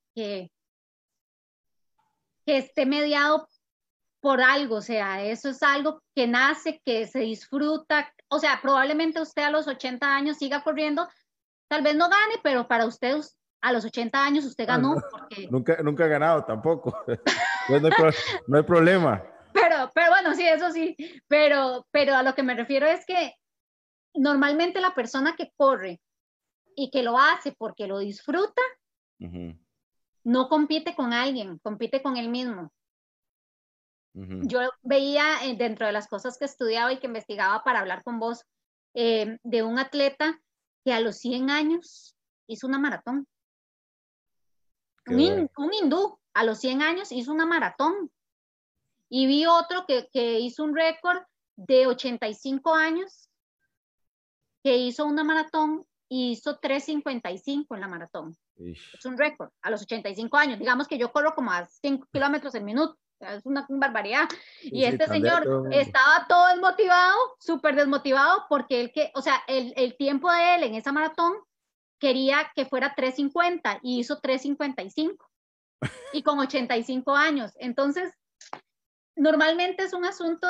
que esté mediado por algo, o sea, eso es algo que nace, que se disfruta, o sea, probablemente usted a los 80 años siga corriendo, tal vez no gane, pero para usted a los 80 años usted No, ganó, no, porque, nunca he ganado tampoco. Entonces no hay problema. pero bueno, sí, eso sí, pero a lo que me refiero es que normalmente la persona que corre y que lo hace porque lo disfruta, Ujú, no compite con alguien, compite con él mismo. ujú. Yo veía dentro de las cosas que estudiaba y que investigaba para hablar con vos, de un atleta que a los 100 años hizo una maratón. Qué bueno. Un hindú a los 100 años hizo una maratón. Y vi otro que hizo un récord de 85 años, que hizo una maratón y hizo 3:55 en la maratón. Ish. Es un récord a los 85 años. Digamos que yo corro como a 5 kilómetros el minuto. Es una barbaridad. Sí, Y sí, este tandea a señor todo el mundo. estaba todo desmotivado, súper desmotivado, porque o sea, el tiempo de él en esa maratón quería que fuera 3:50 y hizo 3:55 y con 85 años. Entonces, normalmente es un asunto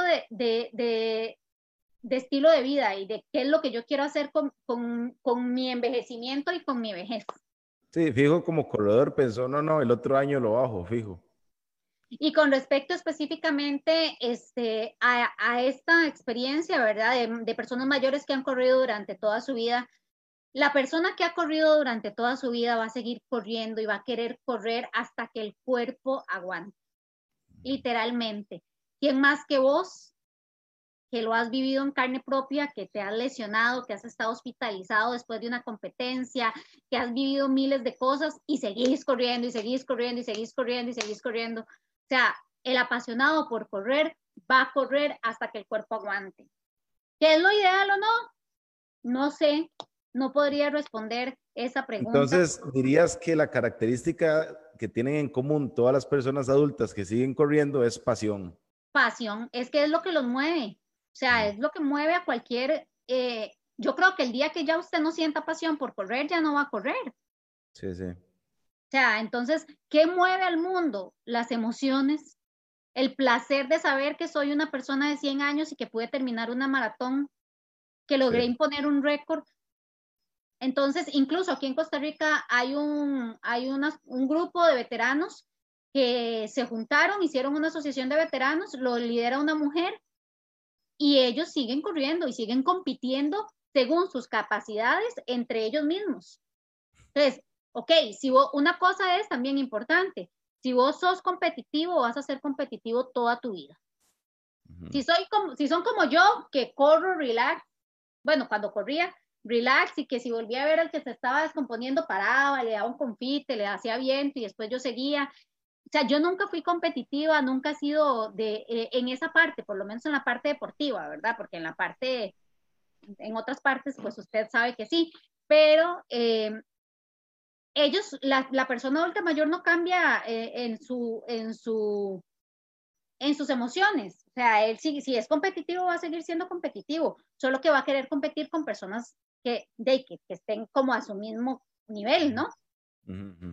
de estilo de vida y de qué es lo que yo quiero hacer con mi envejecimiento y con mi vejez. Sí, fijo como corredor pensó, no, el otro año lo bajo, fijo. Y con respecto específicamente a esta experiencia, ¿verdad? De personas mayores que han corrido durante toda su vida, la persona que ha corrido durante toda su vida va a seguir corriendo y va a querer correr hasta que el cuerpo aguante, literalmente. ¿Quién más que vos, que lo has vivido en carne propia, que te has lesionado, que has estado hospitalizado después de una competencia, que has vivido miles de cosas y seguís corriendo y seguís corriendo y seguís corriendo y seguís corriendo? O sea, el apasionado por correr va a correr hasta que el cuerpo aguante. ¿Qué es lo ideal o no? No sé, no podría responder esa pregunta. Entonces, dirías que la característica que tienen en común todas las personas adultas que siguen corriendo es pasión. Pasión, es que es lo que los mueve, o sea, Mm. es lo que mueve a cualquier, yo creo que el día que ya usted no sienta pasión por correr, ya no va a correr. Sí, sí. O sea, entonces, ¿qué mueve al mundo? Las emociones, el placer de saber que soy una persona de 100 años y que pude terminar una maratón, que logré Sí. imponer un récord. Entonces, incluso aquí en Costa Rica un grupo de veteranos que se juntaron, hicieron una asociación de veteranos, lo lidera una mujer y ellos siguen corriendo y siguen compitiendo según sus capacidades entre ellos mismos. Entonces, ok, una cosa es también importante, si vos sos competitivo, vas a ser competitivo toda tu vida. Ujú. Si son como yo, que corro, relax, bueno, cuando corría, relax, y que si volvía a ver al que se estaba descomponiendo, paraba, le daba un confite, le hacía viento y después yo seguía. O sea, yo nunca fui competitiva, nunca he sido en esa parte, por lo menos en la parte deportiva, ¿verdad? Porque en otras partes, pues usted sabe que sí, pero la persona adulta mayor no cambia en sus emociones. O sea, él si es competitivo va a seguir siendo competitivo, solo que va a querer competir con personas que estén como a su mismo nivel, ¿no? Ujú, ujú.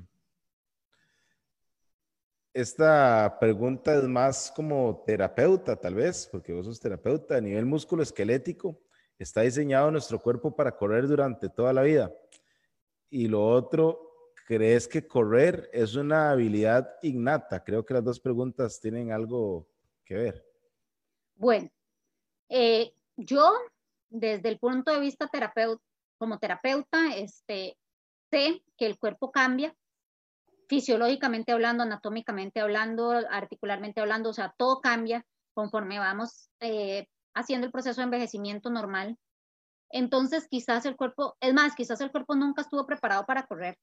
Esta pregunta es más como terapeuta, tal vez, porque vos sos terapeuta. A nivel músculo esquelético, está diseñado nuestro cuerpo para correr durante toda la vida. Y lo otro, ¿crees que correr es una habilidad innata? Creo que las dos preguntas tienen algo que ver. Bueno, yo, desde el punto de vista como terapeuta, sé que el cuerpo cambia, fisiológicamente hablando, anatómicamente hablando, articularmente hablando, o sea, todo cambia conforme vamos haciendo el proceso de envejecimiento normal. Entonces, quizás el cuerpo nunca estuvo preparado para correr.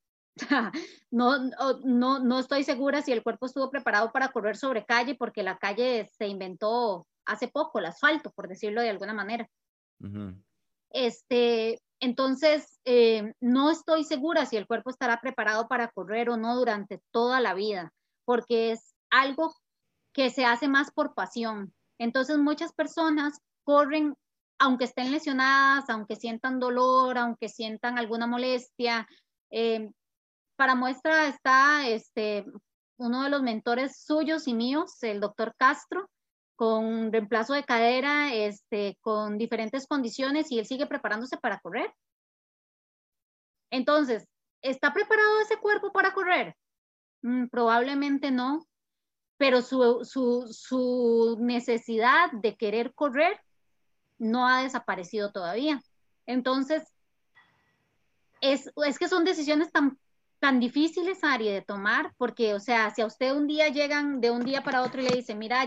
No estoy segura si el cuerpo estuvo preparado para correr sobre calle, porque la calle se inventó hace poco, el asfalto, por decirlo de alguna manera. Ujú. Entonces, no estoy segura si el cuerpo estará preparado para correr o no durante toda la vida, porque es algo que se hace más por pasión. Entonces, muchas personas corren, aunque estén lesionadas, aunque sientan dolor, aunque sientan alguna molestia. Eh, para muestra está uno de los mentores suyos y míos, el doctor Castro, con reemplazo de cadera, con diferentes condiciones, y él sigue preparándose para correr. Entonces, ¿está preparado ese cuerpo para correr? Probablemente no, pero su necesidad de querer correr no ha desaparecido todavía. Entonces, es que son decisiones tan difíciles, Ari, de tomar, porque, o sea, si a usted un día llegan de un día para otro y le dicen, mira,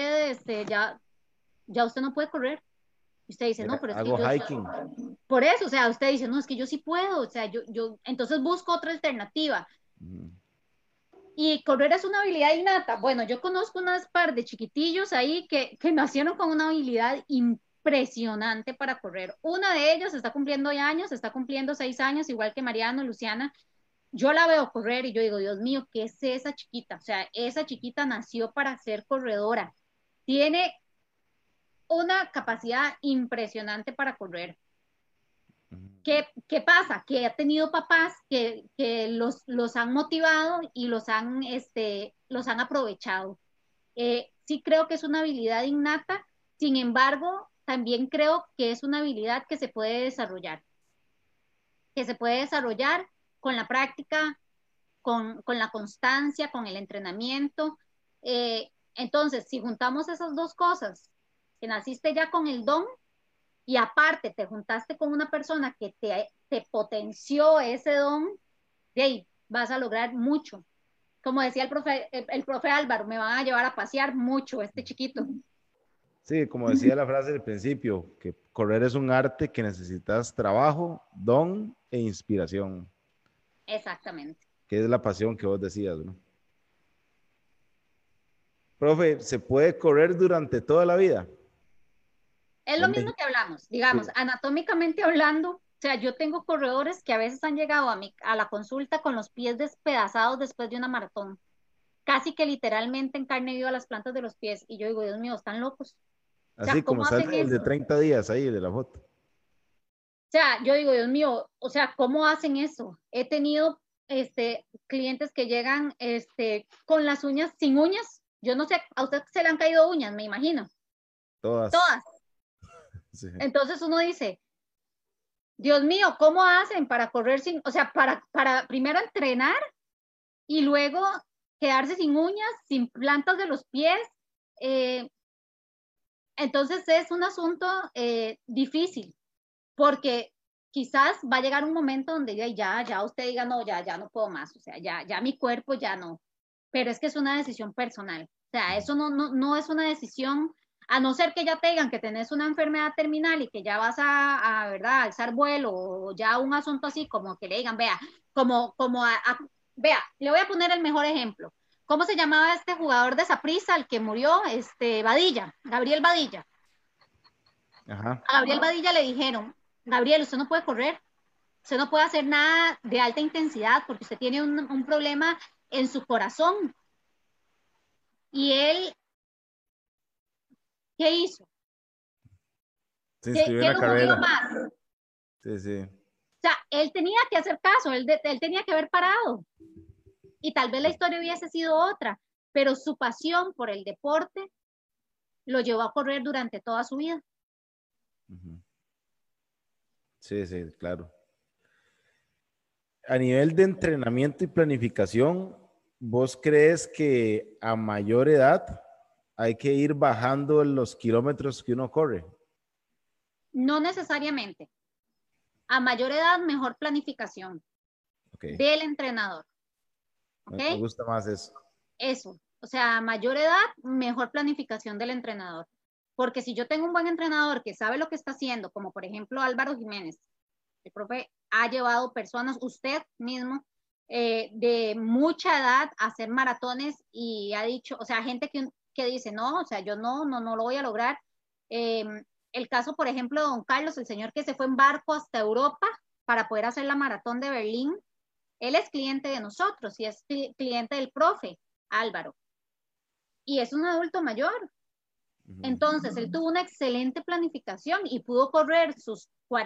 ya usted no puede correr. Y usted dice, no, Mira, pero es que hago yo, hiking. por eso, o sea, usted dice, no, es que yo sí puedo, o sea, entonces busco otra alternativa. Ujú. Y correr es una habilidad innata. Bueno, yo conozco unas par de chiquitillos ahí que nacieron con una habilidad impresionante para correr. Una de ellos está cumpliendo ya años, está cumpliendo 6 años, igual que Mariano, Luciana. Yo la veo correr y yo digo, Dios mío, ¿qué es esa chiquita? O sea, esa chiquita nació para ser corredora. Tiene una capacidad impresionante para correr. ¿Qué pasa? Que ha tenido papás que los han motivado y los han aprovechado. Sí creo que es una habilidad innata, sin embargo, también creo que es una habilidad que se puede desarrollar con la práctica, con la constancia, con el entrenamiento. Entonces, si juntamos esas dos cosas, que naciste ya con el don, y aparte te juntaste con una persona que te potenció ese don, de ahí vas a lograr mucho. Como decía el profe Álvaro, me van a llevar a pasear mucho este chiquito. Sí, como decía la frase del principio, que correr es un arte que necesitas trabajo, don e inspiración, Exactamente. que es la pasión que vos decías, ¿no? Profe, ¿se puede correr durante toda la vida? Es lo Vos mismo me- que hablamos, digamos, Sí. anatómicamente hablando, o sea, yo tengo corredores que a veces han llegado a la consulta con los pies despedazados después de una maratón, casi que literalmente en carne viva las plantas de los pies, y yo digo, Dios mío, están locos. O sea, Así como ¿cómo está hacen el de eso? 30 días ahí, el de la foto. O sea, yo digo, Dios mío, o sea, ¿cómo hacen eso? He tenido clientes que llegan con las uñas sin uñas. Yo no sé, a usted se le han caído uñas, me imagino. Todas. Todas. Sí. Entonces uno dice, Dios mío, ¿cómo hacen para correr sin, o sea, para primero entrenar y luego quedarse sin uñas, sin plantas de los pies? Eh, entonces es un asunto difícil, porque quizás va a llegar un momento donde ya usted diga, no, ya no puedo más, o sea, ya mi cuerpo ya no, pero es que es una decisión personal, o sea, eso no es una decisión, A no ser que ya te digan que tenés una enfermedad terminal y que ya vas ¿verdad? Alzar vuelo o ya un asunto así como que le digan, vea, vea, le voy a poner el mejor ejemplo. ¿Cómo se llamaba este jugador de Saprissa, el que murió? Badilla, Gabriel Badilla. Ajá. A Gabriel Badilla le dijeron, Gabriel, usted no puede correr, usted no puede hacer nada de alta intensidad porque usted tiene un problema en su corazón. Y él, ¿qué hizo? Se ¿Qué, inscribió en qué la lo movió carrera. más? Sí, sí. O sea, él tenía que hacer caso, él tenía que haber parado. Y tal vez la historia hubiese sido otra, pero su pasión por el deporte lo llevó a correr durante toda su vida. Sí, sí, claro. A nivel de entrenamiento y planificación, ¿vos crees que a mayor edad hay que ir bajando los kilómetros que uno corre? No necesariamente. A mayor edad, mejor planificación Ok, del entrenador. ¿Ok? me gusta más eso. Eso. O sea, a mayor edad, mejor planificación del entrenador. Porque si yo tengo un buen entrenador que sabe lo que está haciendo, como por ejemplo Álvaro Jiménez, el profe ha llevado personas, usted mismo, de mucha edad a hacer maratones y ha dicho, o sea, gente que dice, no, o sea, yo no lo voy a lograr. Eh, el caso, por ejemplo, de don Carlos, el señor que se fue en barco hasta Europa para poder hacer la maratón de Berlín, él es cliente de nosotros y es cliente del profe Álvaro. Y es un adulto mayor. Entonces, él tuvo una excelente planificación y pudo correr sus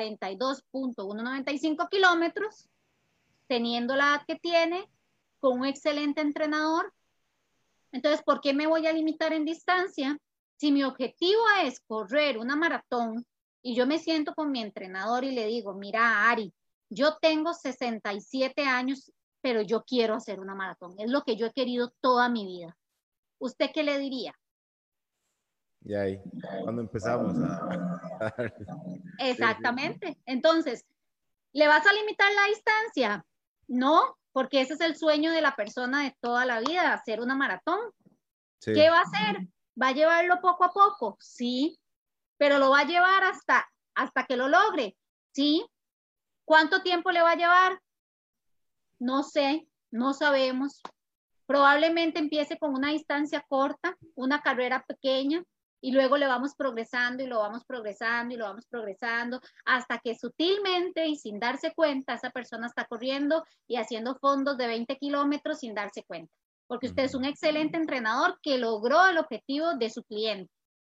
42.195 kilómetros, teniendo la edad que tiene, con un excelente entrenador. Entonces, ¿por qué me voy a limitar en distancia? Si mi objetivo es correr una maratón y yo me siento con mi entrenador y le digo, mira, Ari, yo tengo 67 años, pero yo quiero hacer una maratón. Es lo que yo he querido toda mi vida. ¿Usted qué le diría? Y ahí, cuando empezamos Sí, sí. Exactamente. Entonces, ¿le vas a limitar la distancia? No, porque ese es el sueño de la persona de toda la vida, hacer una maratón. Sí. ¿Qué va a hacer? ¿Va a llevarlo poco a poco? Sí, pero lo va a llevar hasta que lo logre. Sí. ¿Cuánto tiempo le va a llevar? No sé, no sabemos. Probablemente empiece con una distancia corta, una carrera pequeña, y luego le vamos progresando y lo vamos progresando y lo vamos progresando hasta que sutilmente y sin darse cuenta esa persona está corriendo y haciendo fondos de 20 kilómetros sin darse cuenta, porque usted es un excelente entrenador que logró el objetivo de su cliente.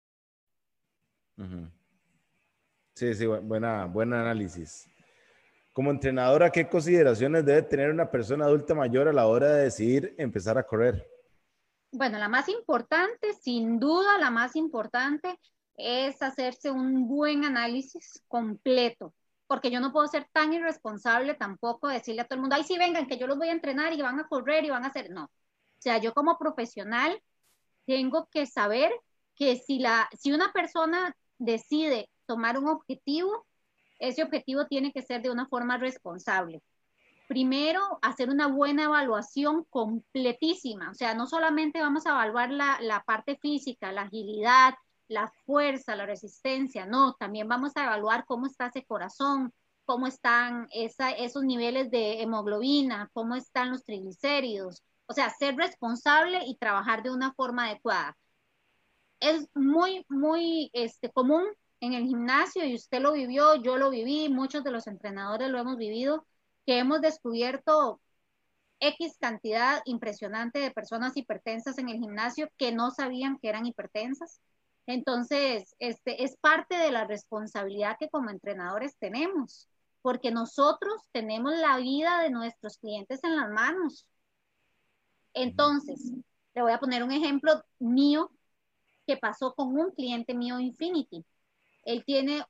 Sí, sí, buen análisis. Como entrenadora, ¿qué consideraciones debe tener una persona adulta mayor a la hora de decidir empezar a correr? Bueno, la más importante, sin duda, la más importante es hacerse un buen análisis completo, porque yo no puedo ser tan irresponsable tampoco de decirle a todo el mundo, ay, sí, vengan, que yo los voy a entrenar y van a correr y van a hacer, no. O sea, yo como profesional tengo que saber que si una persona decide tomar un objetivo, ese objetivo tiene que ser de una forma responsable. Primero, hacer una buena evaluación completísima. O sea, no solamente vamos a evaluar la parte física, la agilidad, la fuerza, la resistencia, no, también vamos a evaluar cómo está ese corazón, cómo están esos niveles de hemoglobina, cómo están los triglicéridos. O sea, ser responsable y trabajar de una forma adecuada. Es muy común en el gimnasio y usted lo vivió, yo lo viví, muchos de los entrenadores lo hemos vivido, que hemos descubierto X cantidad impresionante de personas hipertensas en el gimnasio que no sabían que eran hipertensas. Entonces, es parte de la responsabilidad que como entrenadores tenemos, porque nosotros tenemos la vida de nuestros clientes en las manos. Entonces, le voy a poner un ejemplo mío que pasó con un cliente mío Infinity. Él tiene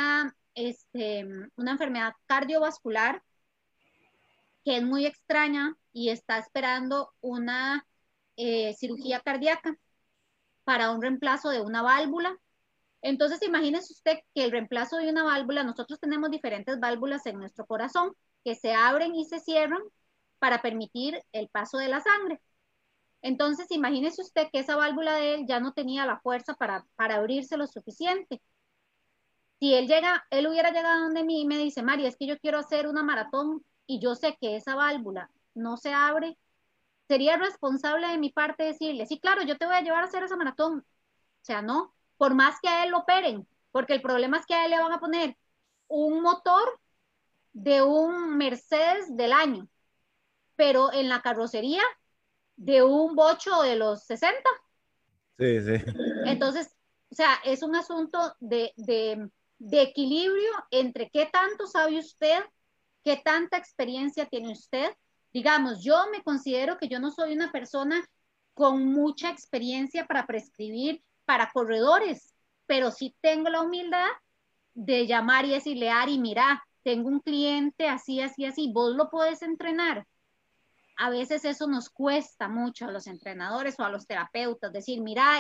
una enfermedad cardiovascular que es muy extraña y está esperando una cirugía cardíaca para un reemplazo de una válvula. Entonces, imagínese usted que el reemplazo de una válvula, nosotros tenemos diferentes válvulas en nuestro corazón que se abren y se cierran para permitir el paso de la sangre. Entonces, imagínese usted que esa válvula de él ya no tenía la fuerza para abrirse lo suficiente. Si él hubiera llegado donde mí y me dice, María, es que yo quiero hacer una maratón y yo sé que esa válvula no se abre, sería responsable de mi parte decirle, sí, claro, yo te voy a llevar a hacer esa maratón. O sea, no, por más que a él lo operen, porque el problema es que a él le van a poner un motor de un Mercedes del año, pero en la carrocería de un bocho de los 60. Sí, sí. Entonces, o sea, es un asunto de equilibrio entre qué tanto sabe usted, qué tanta experiencia tiene usted. Digamos, yo me considero que yo no soy una persona con mucha experiencia para prescribir para corredores, pero sí tengo la humildad de llamar y decirle, Ari, mira, tengo un cliente así, así, así, vos lo puedes entrenar. A veces eso nos cuesta mucho a los entrenadores o a los terapeutas, decir, mira,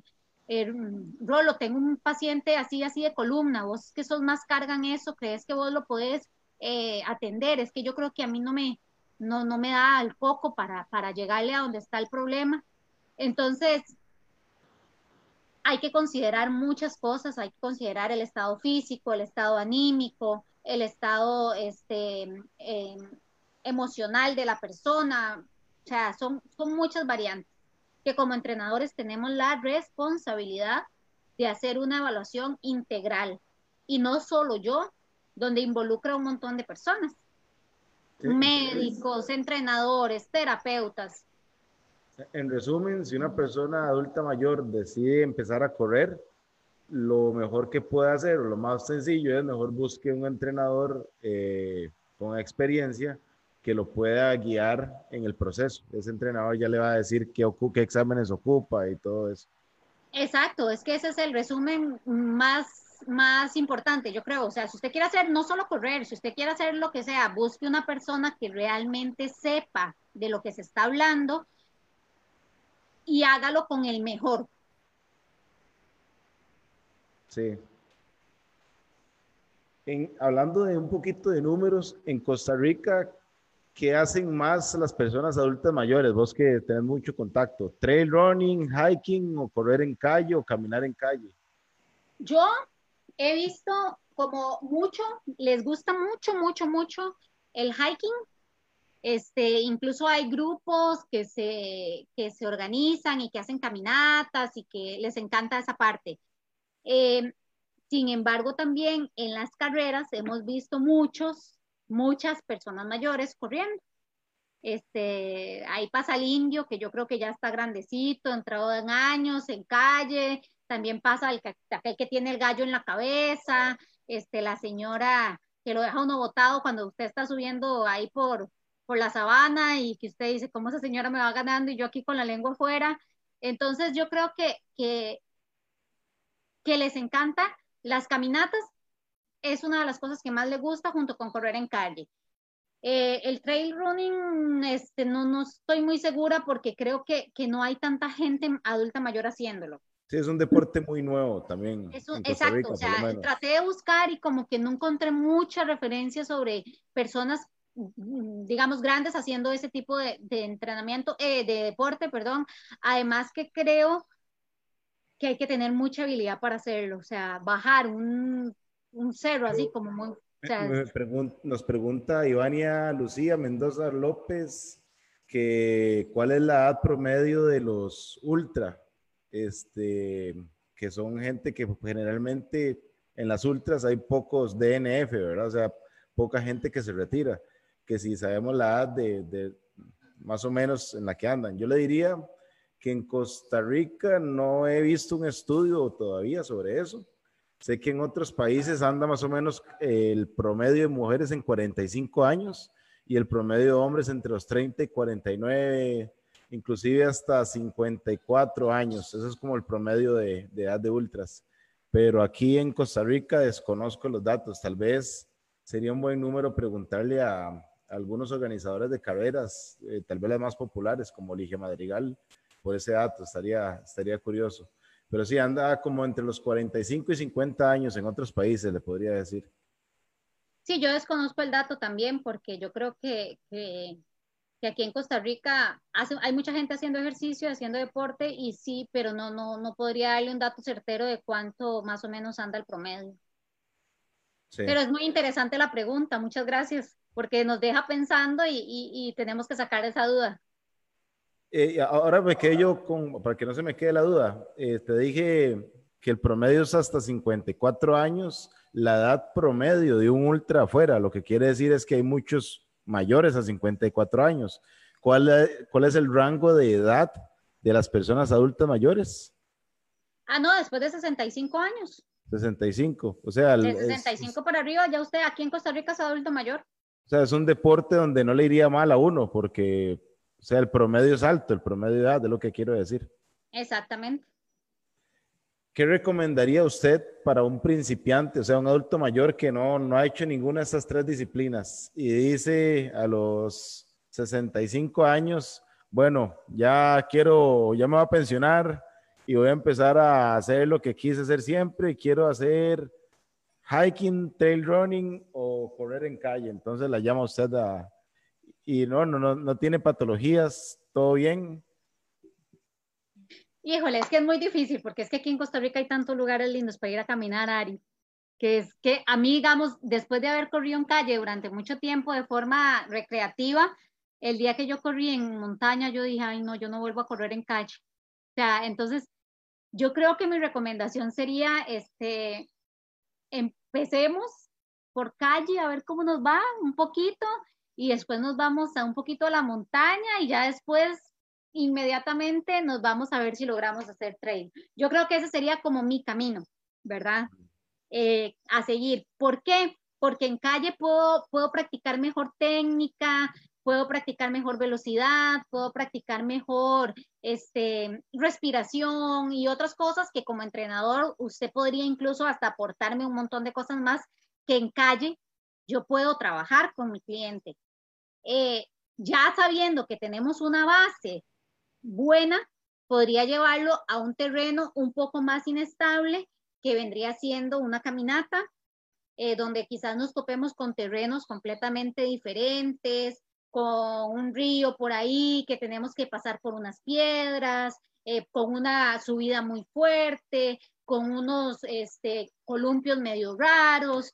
Rolo, tengo un paciente así, así de columna, vos que sos más carga en eso, crees que vos lo podés atender, es que yo creo que a mí no me da el coco para llegarle a donde está el problema. Entonces, hay que considerar muchas cosas, hay que considerar el estado físico, el estado anímico, el estado eh, emocional de la persona, o sea, son muchas variantes que como entrenadores tenemos la responsabilidad de hacer una evaluación integral y no solo yo, donde involucra a un montón de personas, Sí, médicos, entrenadores, terapeutas. en resumen, si una persona adulta mayor decide empezar a correr, lo mejor que puede hacer, o lo más sencillo, es mejor busque un entrenador con experiencia que lo pueda guiar en el proceso. Ese entrenador ya le va a decir qué exámenes ocupa y todo eso. Exacto, es que ese es el resumen más importante, yo creo. O sea, si usted quiere hacer no solo correr, si usted quiere hacer lo que sea, busque una persona que realmente sepa de lo que se está hablando y hágalo con el mejor. Sí. Hablando de un poquito de números, en Costa Rica, ¿qué hacen más las personas adultas mayores? Vos que tenés mucho contacto. ¿Trail running, hiking o correr en calle o caminar en calle? Yo he visto como mucho, les gusta mucho, mucho, mucho el hiking. Incluso hay grupos que se organizan y que hacen caminatas y que les encanta esa parte. Eh, Sin embargo, también en las carreras hemos visto muchas personas mayores corriendo. Ahí pasa el indio, que yo creo que ya está grandecito, entrado en años, en calle. También pasa aquel que tiene el gallo en la cabeza, la señora que lo deja uno botado cuando usted está subiendo ahí por la sabana y que usted dice, ¿cómo esa señora me va ganando? Y yo aquí con la lengua afuera. Entonces yo creo que les encanta las caminatas, es una de las cosas que más les gusta junto con correr en calle. El trail running, no estoy muy segura porque creo que no hay tanta gente adulta mayor haciéndolo. Sí, es un deporte muy nuevo también Eso, en Costa exacto, o Rica, por lo sea, menos. traté de buscar y como que no encontré mucha referencia sobre personas, digamos, grandes haciendo ese tipo de entrenamiento, de deporte, perdón. Además que creo que hay que tener mucha habilidad para hacerlo, o sea, bajar un cerro así como muy, o sea, Nos pregunta Ivania Lucía Mendoza López que cuál es la edad promedio de los ultra, que son gente que generalmente en las ultras hay pocos DNF, ¿verdad? O sea, poca gente que se retira, que si sabemos la edad de más o menos en la que andan. Yo le diría que en Costa Rica no he visto un estudio todavía sobre eso. Sé que en otros países anda más o menos el promedio de mujeres en 45 años y el promedio de hombres entre los 30 y 49, inclusive hasta 54 años. Eso es como el promedio de edad de ultras. Pero aquí en Costa Rica desconozco los datos. Tal vez sería un buen número preguntarle a algunos organizadores de carreras, tal vez las más populares como Ligia Madrigal, por ese dato. Estaría curioso. Pero sí, anda como entre los 45 y 50 años en otros países, le podría decir. sí, yo desconozco el dato también porque yo creo que que aquí en Costa Rica hay mucha gente haciendo ejercicio, haciendo deporte, y sí, pero no podría darle un dato certero de cuánto más o menos anda el promedio. Sí. Pero es muy interesante la pregunta, muchas gracias, porque nos deja pensando y tenemos que sacar esa duda. Ahora me quedé yo con, para que no se me quede la duda, te dije que el promedio es hasta 54 años, la edad promedio de un ultra afuera, lo que quiere decir es que hay muchos mayores a 54 años. ¿Cuál es el rango de edad de las personas adultas mayores? Ah, no, después de 65 años. 65. O sea, De 65 para arriba, ya usted aquí en Costa Rica es adulto mayor. o sea, es un deporte donde no le iría mal a uno, porque, o sea, el promedio es alto, el promedio de edad, es lo que quiero decir. Exactamente. ¿Qué recomendaría usted para un principiante, o sea, un adulto mayor que no ha hecho ninguna de estas tres disciplinas y dice a los 65 años, bueno, ya me voy a pensionar y voy a empezar a hacer lo que quise hacer siempre y quiero hacer hiking, trail running o correr en calle? Entonces la llama usted y no tiene patologías, todo bien. Híjole, es que es muy difícil, porque es que aquí en Costa Rica hay tantos lugares lindos para ir a caminar, Ari, que es que a mí, digamos, después de haber corrido en calle durante mucho tiempo de forma recreativa, el día que yo corrí en montaña, yo dije, ay, no, yo no vuelvo a correr en calle. O sea, entonces, yo creo que mi recomendación sería, empecemos por calle a ver cómo nos va un poquito y después nos vamos a un poquito a la montaña y ya después inmediatamente nos vamos a ver si logramos hacer trail. Yo creo que ese sería como mi camino, ¿verdad? A seguir. ¿Por qué? Porque en calle puedo practicar mejor técnica, puedo practicar mejor velocidad, puedo practicar mejor respiración y otras cosas que como entrenador usted podría incluso hasta aportarme un montón de cosas más que en calle yo puedo trabajar con mi cliente. Ya sabiendo que tenemos una base buena, podría llevarlo a un terreno un poco más inestable que vendría siendo una caminata, donde quizás nos topemos con terrenos completamente diferentes, con un río por ahí que tenemos que pasar por unas piedras, con una subida muy fuerte, con unos columpios medio raros.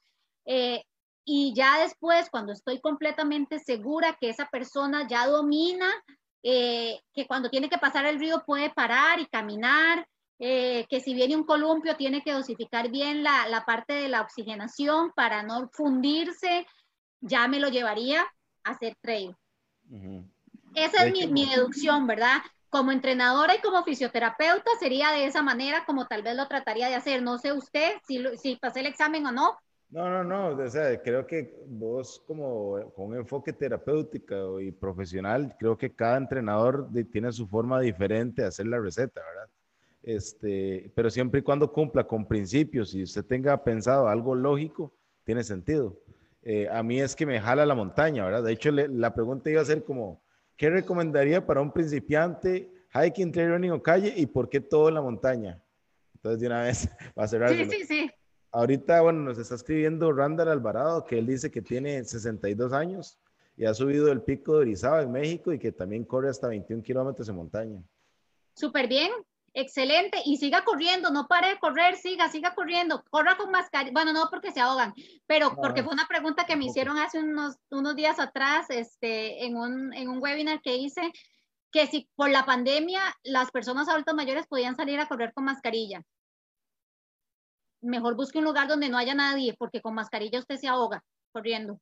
Y ya después, cuando estoy completamente segura que esa persona ya domina, que cuando tiene que pasar el río puede parar y caminar, que si viene un columpio tiene que dosificar bien la parte de la oxigenación para no fundirse, ya me lo llevaría a hacer trail. Ujú. Esa De es hecho, mi deducción, ¿verdad? Como entrenadora y como fisioterapeuta sería de esa manera como tal vez lo trataría de hacer. No sé usted si pasé el examen o no. no, o sea, creo que vos como con un enfoque terapéutico y profesional, creo que cada entrenador tiene su forma diferente de hacer la receta, ¿verdad? Pero siempre y cuando cumpla con principios y usted tenga pensado algo lógico, tiene sentido. A mí es que me jala la montaña, ¿verdad? De hecho, la pregunta iba a ser como, ¿qué recomendaría para un principiante hiking, trail running o calle y por qué todo en la montaña? Entonces, de una vez, va a Sí, cerrárselo. sí, sí. Ahorita, bueno, nos está escribiendo Randall Alvarado, que él dice que tiene 62 años y ha subido el pico de Orizaba en México y que también corre hasta 21 kilómetros en montaña. Súper bien, excelente. Y siga corriendo, no pare de correr, siga corriendo. Corra con mascarilla. Bueno, no porque se ahogan, pero No, porque no, fue una pregunta que me tampoco. hicieron hace unos días atrás en un webinar que hice, que si por la pandemia las personas adultas mayores podían salir a correr con mascarilla. Mejor busque un lugar donde no haya nadie, porque con mascarilla usted se ahoga corriendo.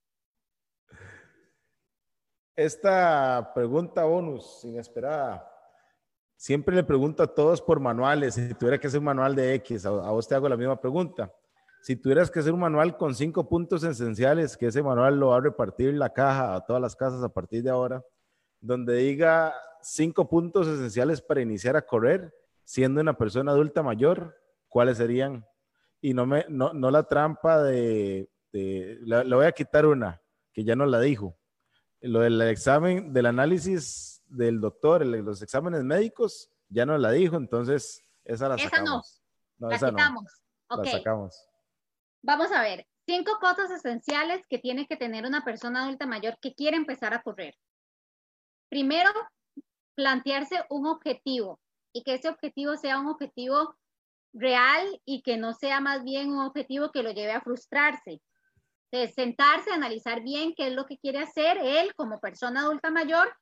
Esta pregunta bonus, inesperada. Siempre le pregunto a todos por manuales. Si tuviera que hacer un manual de X, a vos te hago la misma pregunta. Si tuvieras que hacer un manual con 5 puntos esenciales, que ese manual lo va a repartir la caja a todas las casas a partir de ahora, donde diga 5 puntos esenciales para iniciar a correr, siendo una persona adulta mayor, ¿cuáles serían? Y no la trampa le voy a quitar una, que ya no la dijo. Lo del examen, del análisis del doctor, los exámenes médicos, ya no la dijo, entonces esa la Esa no, sacamos. No, la esa no, quitamos. la Ok, sacamos. vamos a ver. 5 cosas esenciales que tiene que tener una persona adulta mayor que quiere empezar a correr. primero, plantearse un objetivo y que ese objetivo sea un objetivo real y que no sea más bien un objetivo que lo lleve a frustrarse. Entonces, sentarse, analizar bien qué es lo que quiere hacer él como persona adulta mayor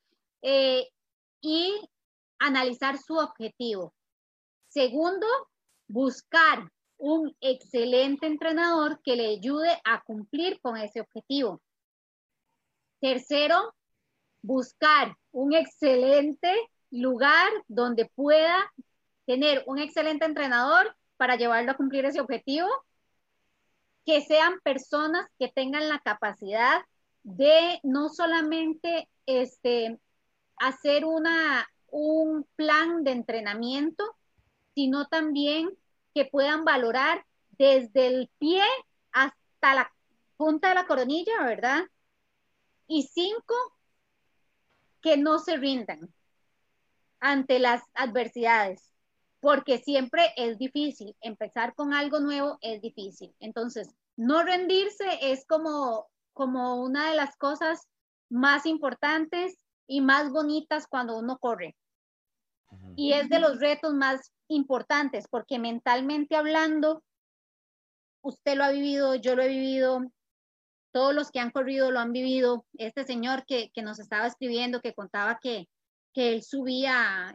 y analizar su objetivo. Segundo, buscar un excelente entrenador que le ayude a cumplir con ese objetivo. Tercero, buscar un excelente lugar donde pueda tener un excelente entrenador para llevarlo a cumplir ese objetivo, que sean personas que tengan la capacidad de no solamente hacer un plan de entrenamiento, sino también que puedan valorar desde el pie hasta la punta de la coronilla, ¿verdad? Y 5, que no se rindan ante las adversidades, porque siempre es difícil, empezar con algo nuevo es difícil. Entonces, no rendirse es como una de las cosas más importantes y más bonitas cuando uno corre. Y es de los retos más importantes, porque mentalmente hablando, usted lo ha vivido, yo lo he vivido, todos los que han corrido lo han vivido. Este señor que nos estaba escribiendo, que contaba que él subía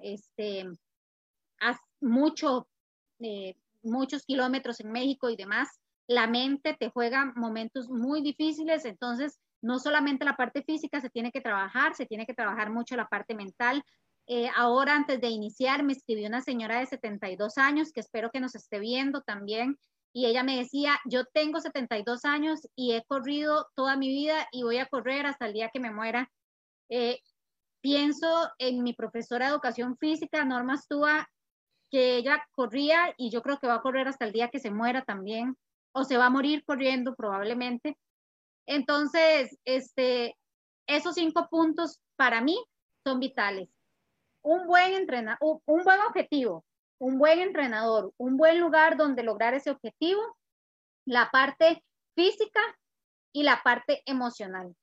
muchos kilómetros en México y demás, la mente te juega momentos muy difíciles, entonces no solamente la parte física se tiene que trabajar mucho la parte mental. Ahora, antes de iniciar, me escribió una señora de 72 años, que espero que nos esté viendo también, y ella me decía, yo tengo 72 años y he corrido toda mi vida y voy a correr hasta el día que me muera. Pienso en mi profesora de educación física, Norma Stúa, que ella corría y yo creo que va a correr hasta el día que se muera también, o se va a morir corriendo probablemente. Entonces, esos 5 puntos para mí son vitales. Un buen objetivo, un buen entrenador, un buen lugar donde lograr ese objetivo, la parte física y la parte emocional.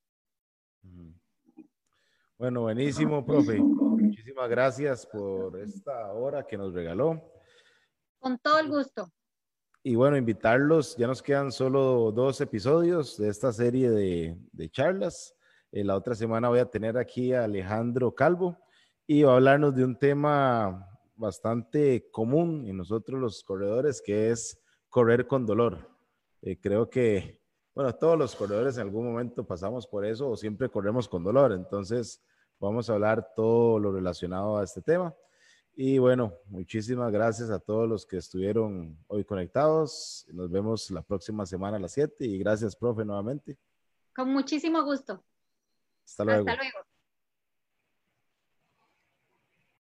Bueno, buenísimo, profe. Muchísimas gracias por esta hora que nos regaló. Con todo el gusto. Y bueno, invitarlos, ya nos quedan solo 2 episodios de esta serie de charlas. La otra semana voy a tener aquí a Alejandro Calvo y va a hablarnos de un tema bastante común en nosotros los corredores, que es correr con dolor. Creo que, bueno, todos los corredores en algún momento pasamos por eso o siempre corremos con dolor. Entonces, vamos a hablar todo lo relacionado a este tema. Y bueno, muchísimas gracias a todos los que estuvieron hoy conectados. Nos vemos la próxima semana a las 7 y gracias, profe, nuevamente. Con muchísimo gusto. Hasta luego. Hasta luego.